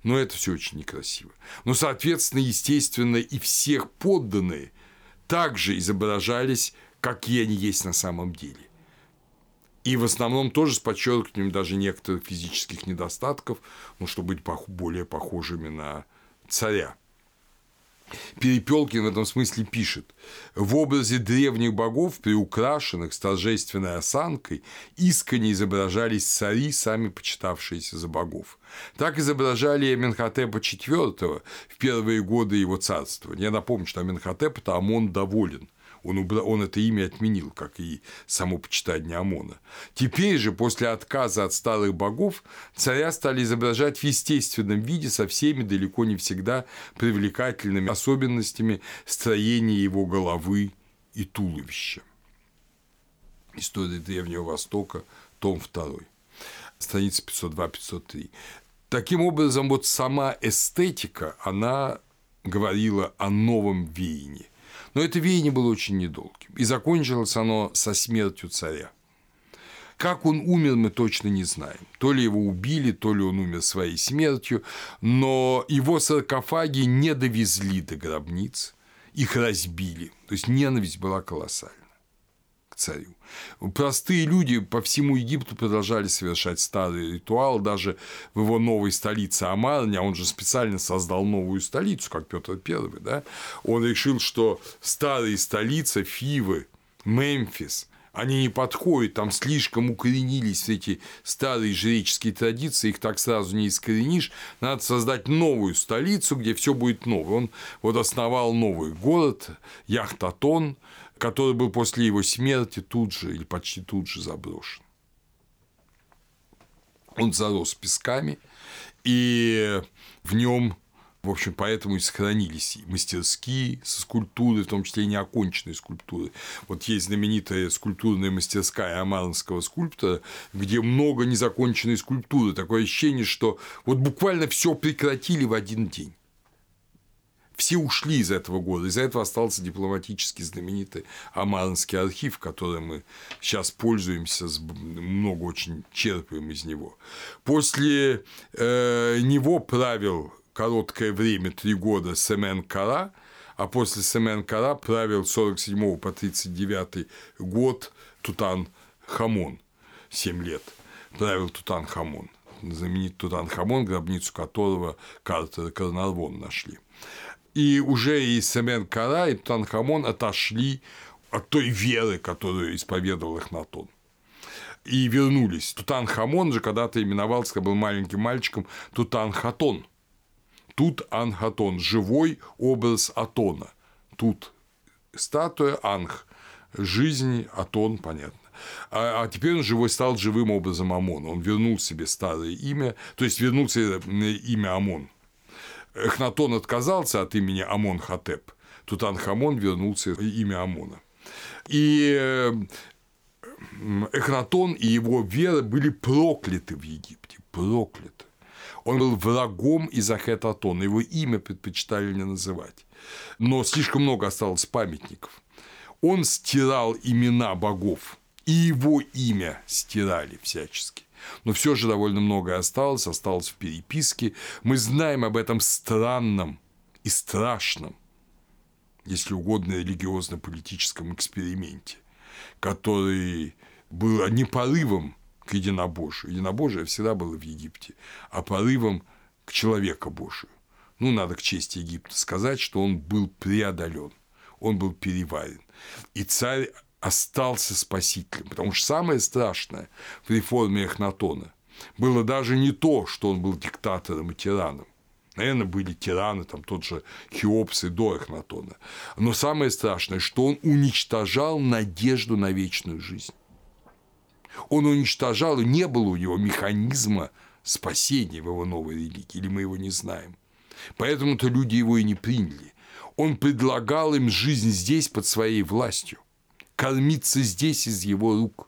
Но это все очень некрасиво. Но, соответственно, естественно, и всех подданные также изображались, какие они есть на самом деле. И в основном тоже с подчеркиванием даже некоторых физических недостатков, ну, чтобы быть более похожими на царя. Перепелкин в этом смысле пишет: в образе древних богов, приукрашенных с торжественной осанкой, искренне изображались цари, сами почитавшиеся за богов. Так изображали и Аменхотепа четвёртого в первые годы его царствования. Я напомню, что Аменхотеп-то Амон доволен. Он, убрал, он это имя отменил, как и само почитание Амона. Теперь же, после отказа от старых богов, царя стали изображать в естественном виде со всеми далеко не всегда привлекательными особенностями строения его головы и туловища. История Древнего Востока, том второй, страница пятьсот два — пятьсот три. Таким образом, вот сама эстетика, она говорила о новом веянии. Но это веяние было очень недолгим, и закончилось оно со смертью царя. Как он умер, мы точно не знаем. То ли его убили, то ли он умер своей смертью, но его саркофаги не довезли до гробниц, их разбили. То есть ненависть была колоссальна к царю. Простые люди по всему Египту продолжали совершать старый ритуал, даже в его новой столице Амарне, а он же специально создал новую столицу, как Петр Первый, да? Он решил, что старые столицы Фивы, Мемфис, они не подходят, там слишком укоренились эти старые жреческие традиции, их так сразу не искоренишь, надо создать новую столицу, где все будет новое. Он вот основал новый город Яхтатон, который был после его смерти тут же или почти тут же заброшен. Он зарос песками, и в нем, в общем, поэтому и сохранились и мастерские со скульптурой, в том числе и неоконченные скульптуры. Вот есть знаменитая скульптурная мастерская амарнского скульптора, где много незаконченной скульптуры. Такое ощущение, что вот буквально все прекратили в один день. Все ушли из этого города, из-за этого остался дипломатически знаменитый Амарнский архив, которым мы сейчас пользуемся, много очень черпаем из него. После э, него правил короткое время, три года, Семен-Кара, а после Семен-Кара правил с сорок седьмого по тридцать девятый год Тутан-Хамон, семь лет правил Тутан-Хамон, знаменитый Тутан-Хамон, гробницу которого Картер и Карнарвон нашли. И уже и Семен-Кара, и Тутанхамон отошли от той веры, которую исповедовал Эхнатон, и вернулись. Тутанхамон же когда-то именовался, когда был маленьким мальчиком, Тутанхатон. Тут-Анхатон – живой образ Атона. Тут статуя, Анх – жизнь, Атон – понятно. А, а теперь он живой, стал живым образом Амона. Он вернул себе старое имя, то есть вернул себе имя Амон. Эхнатон отказался от имени Амон-Хотеп, Тутанхамон вернулся имя Амона. И Эхнатон и его вера были прокляты в Египте, прокляты. Он был врагом из-за Ахетатона, его имя предпочитали не называть. Но слишком много осталось памятников. Он стирал имена богов, и его имя стирали всячески. Но все же довольно многое осталось, осталось в переписке. Мы знаем об этом странном и страшном, если угодно, религиозно-политическом эксперименте, который был не порывом к единобожию. Единобожие всегда было в Египте, а порывом к человекобожию. Ну, надо к чести Египта сказать, что он был преодолен, он был переварен. И царь остался спасителем, потому что самое страшное в реформе Эхнатона было даже не то, что он был диктатором и тираном. Наверное, были тираны, там тот же Хеопс и до Эхнатона. Но самое страшное, что он уничтожал надежду на вечную жизнь. Он уничтожал, и не было у него механизма спасения в его новой религии, или мы его не знаем. Поэтому-то люди его и не приняли. Он предлагал им жизнь здесь под своей властью, кормиться здесь из его рук,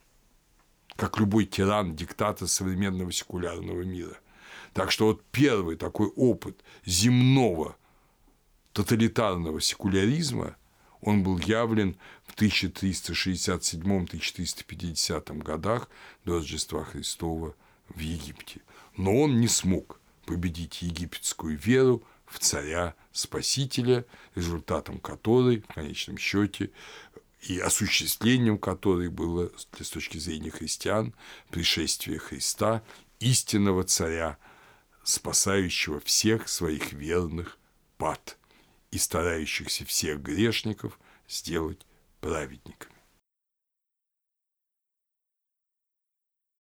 как любой тиран, диктатор современного секулярного мира. Так что вот первый такой опыт земного тоталитарного секуляризма, он был явлен в тысяча триста шестьдесят седьмом — тысяча триста пятидесятом годах до Рождества Христова в Египте. Но он не смог победить египетскую веру в царя-спасителя, результатом которой, в конечном счете, и осуществлением которой было, с точки зрения христиан, пришествие Христа, истинного царя, спасающего всех своих верных пад и старающихся всех грешников сделать праведниками.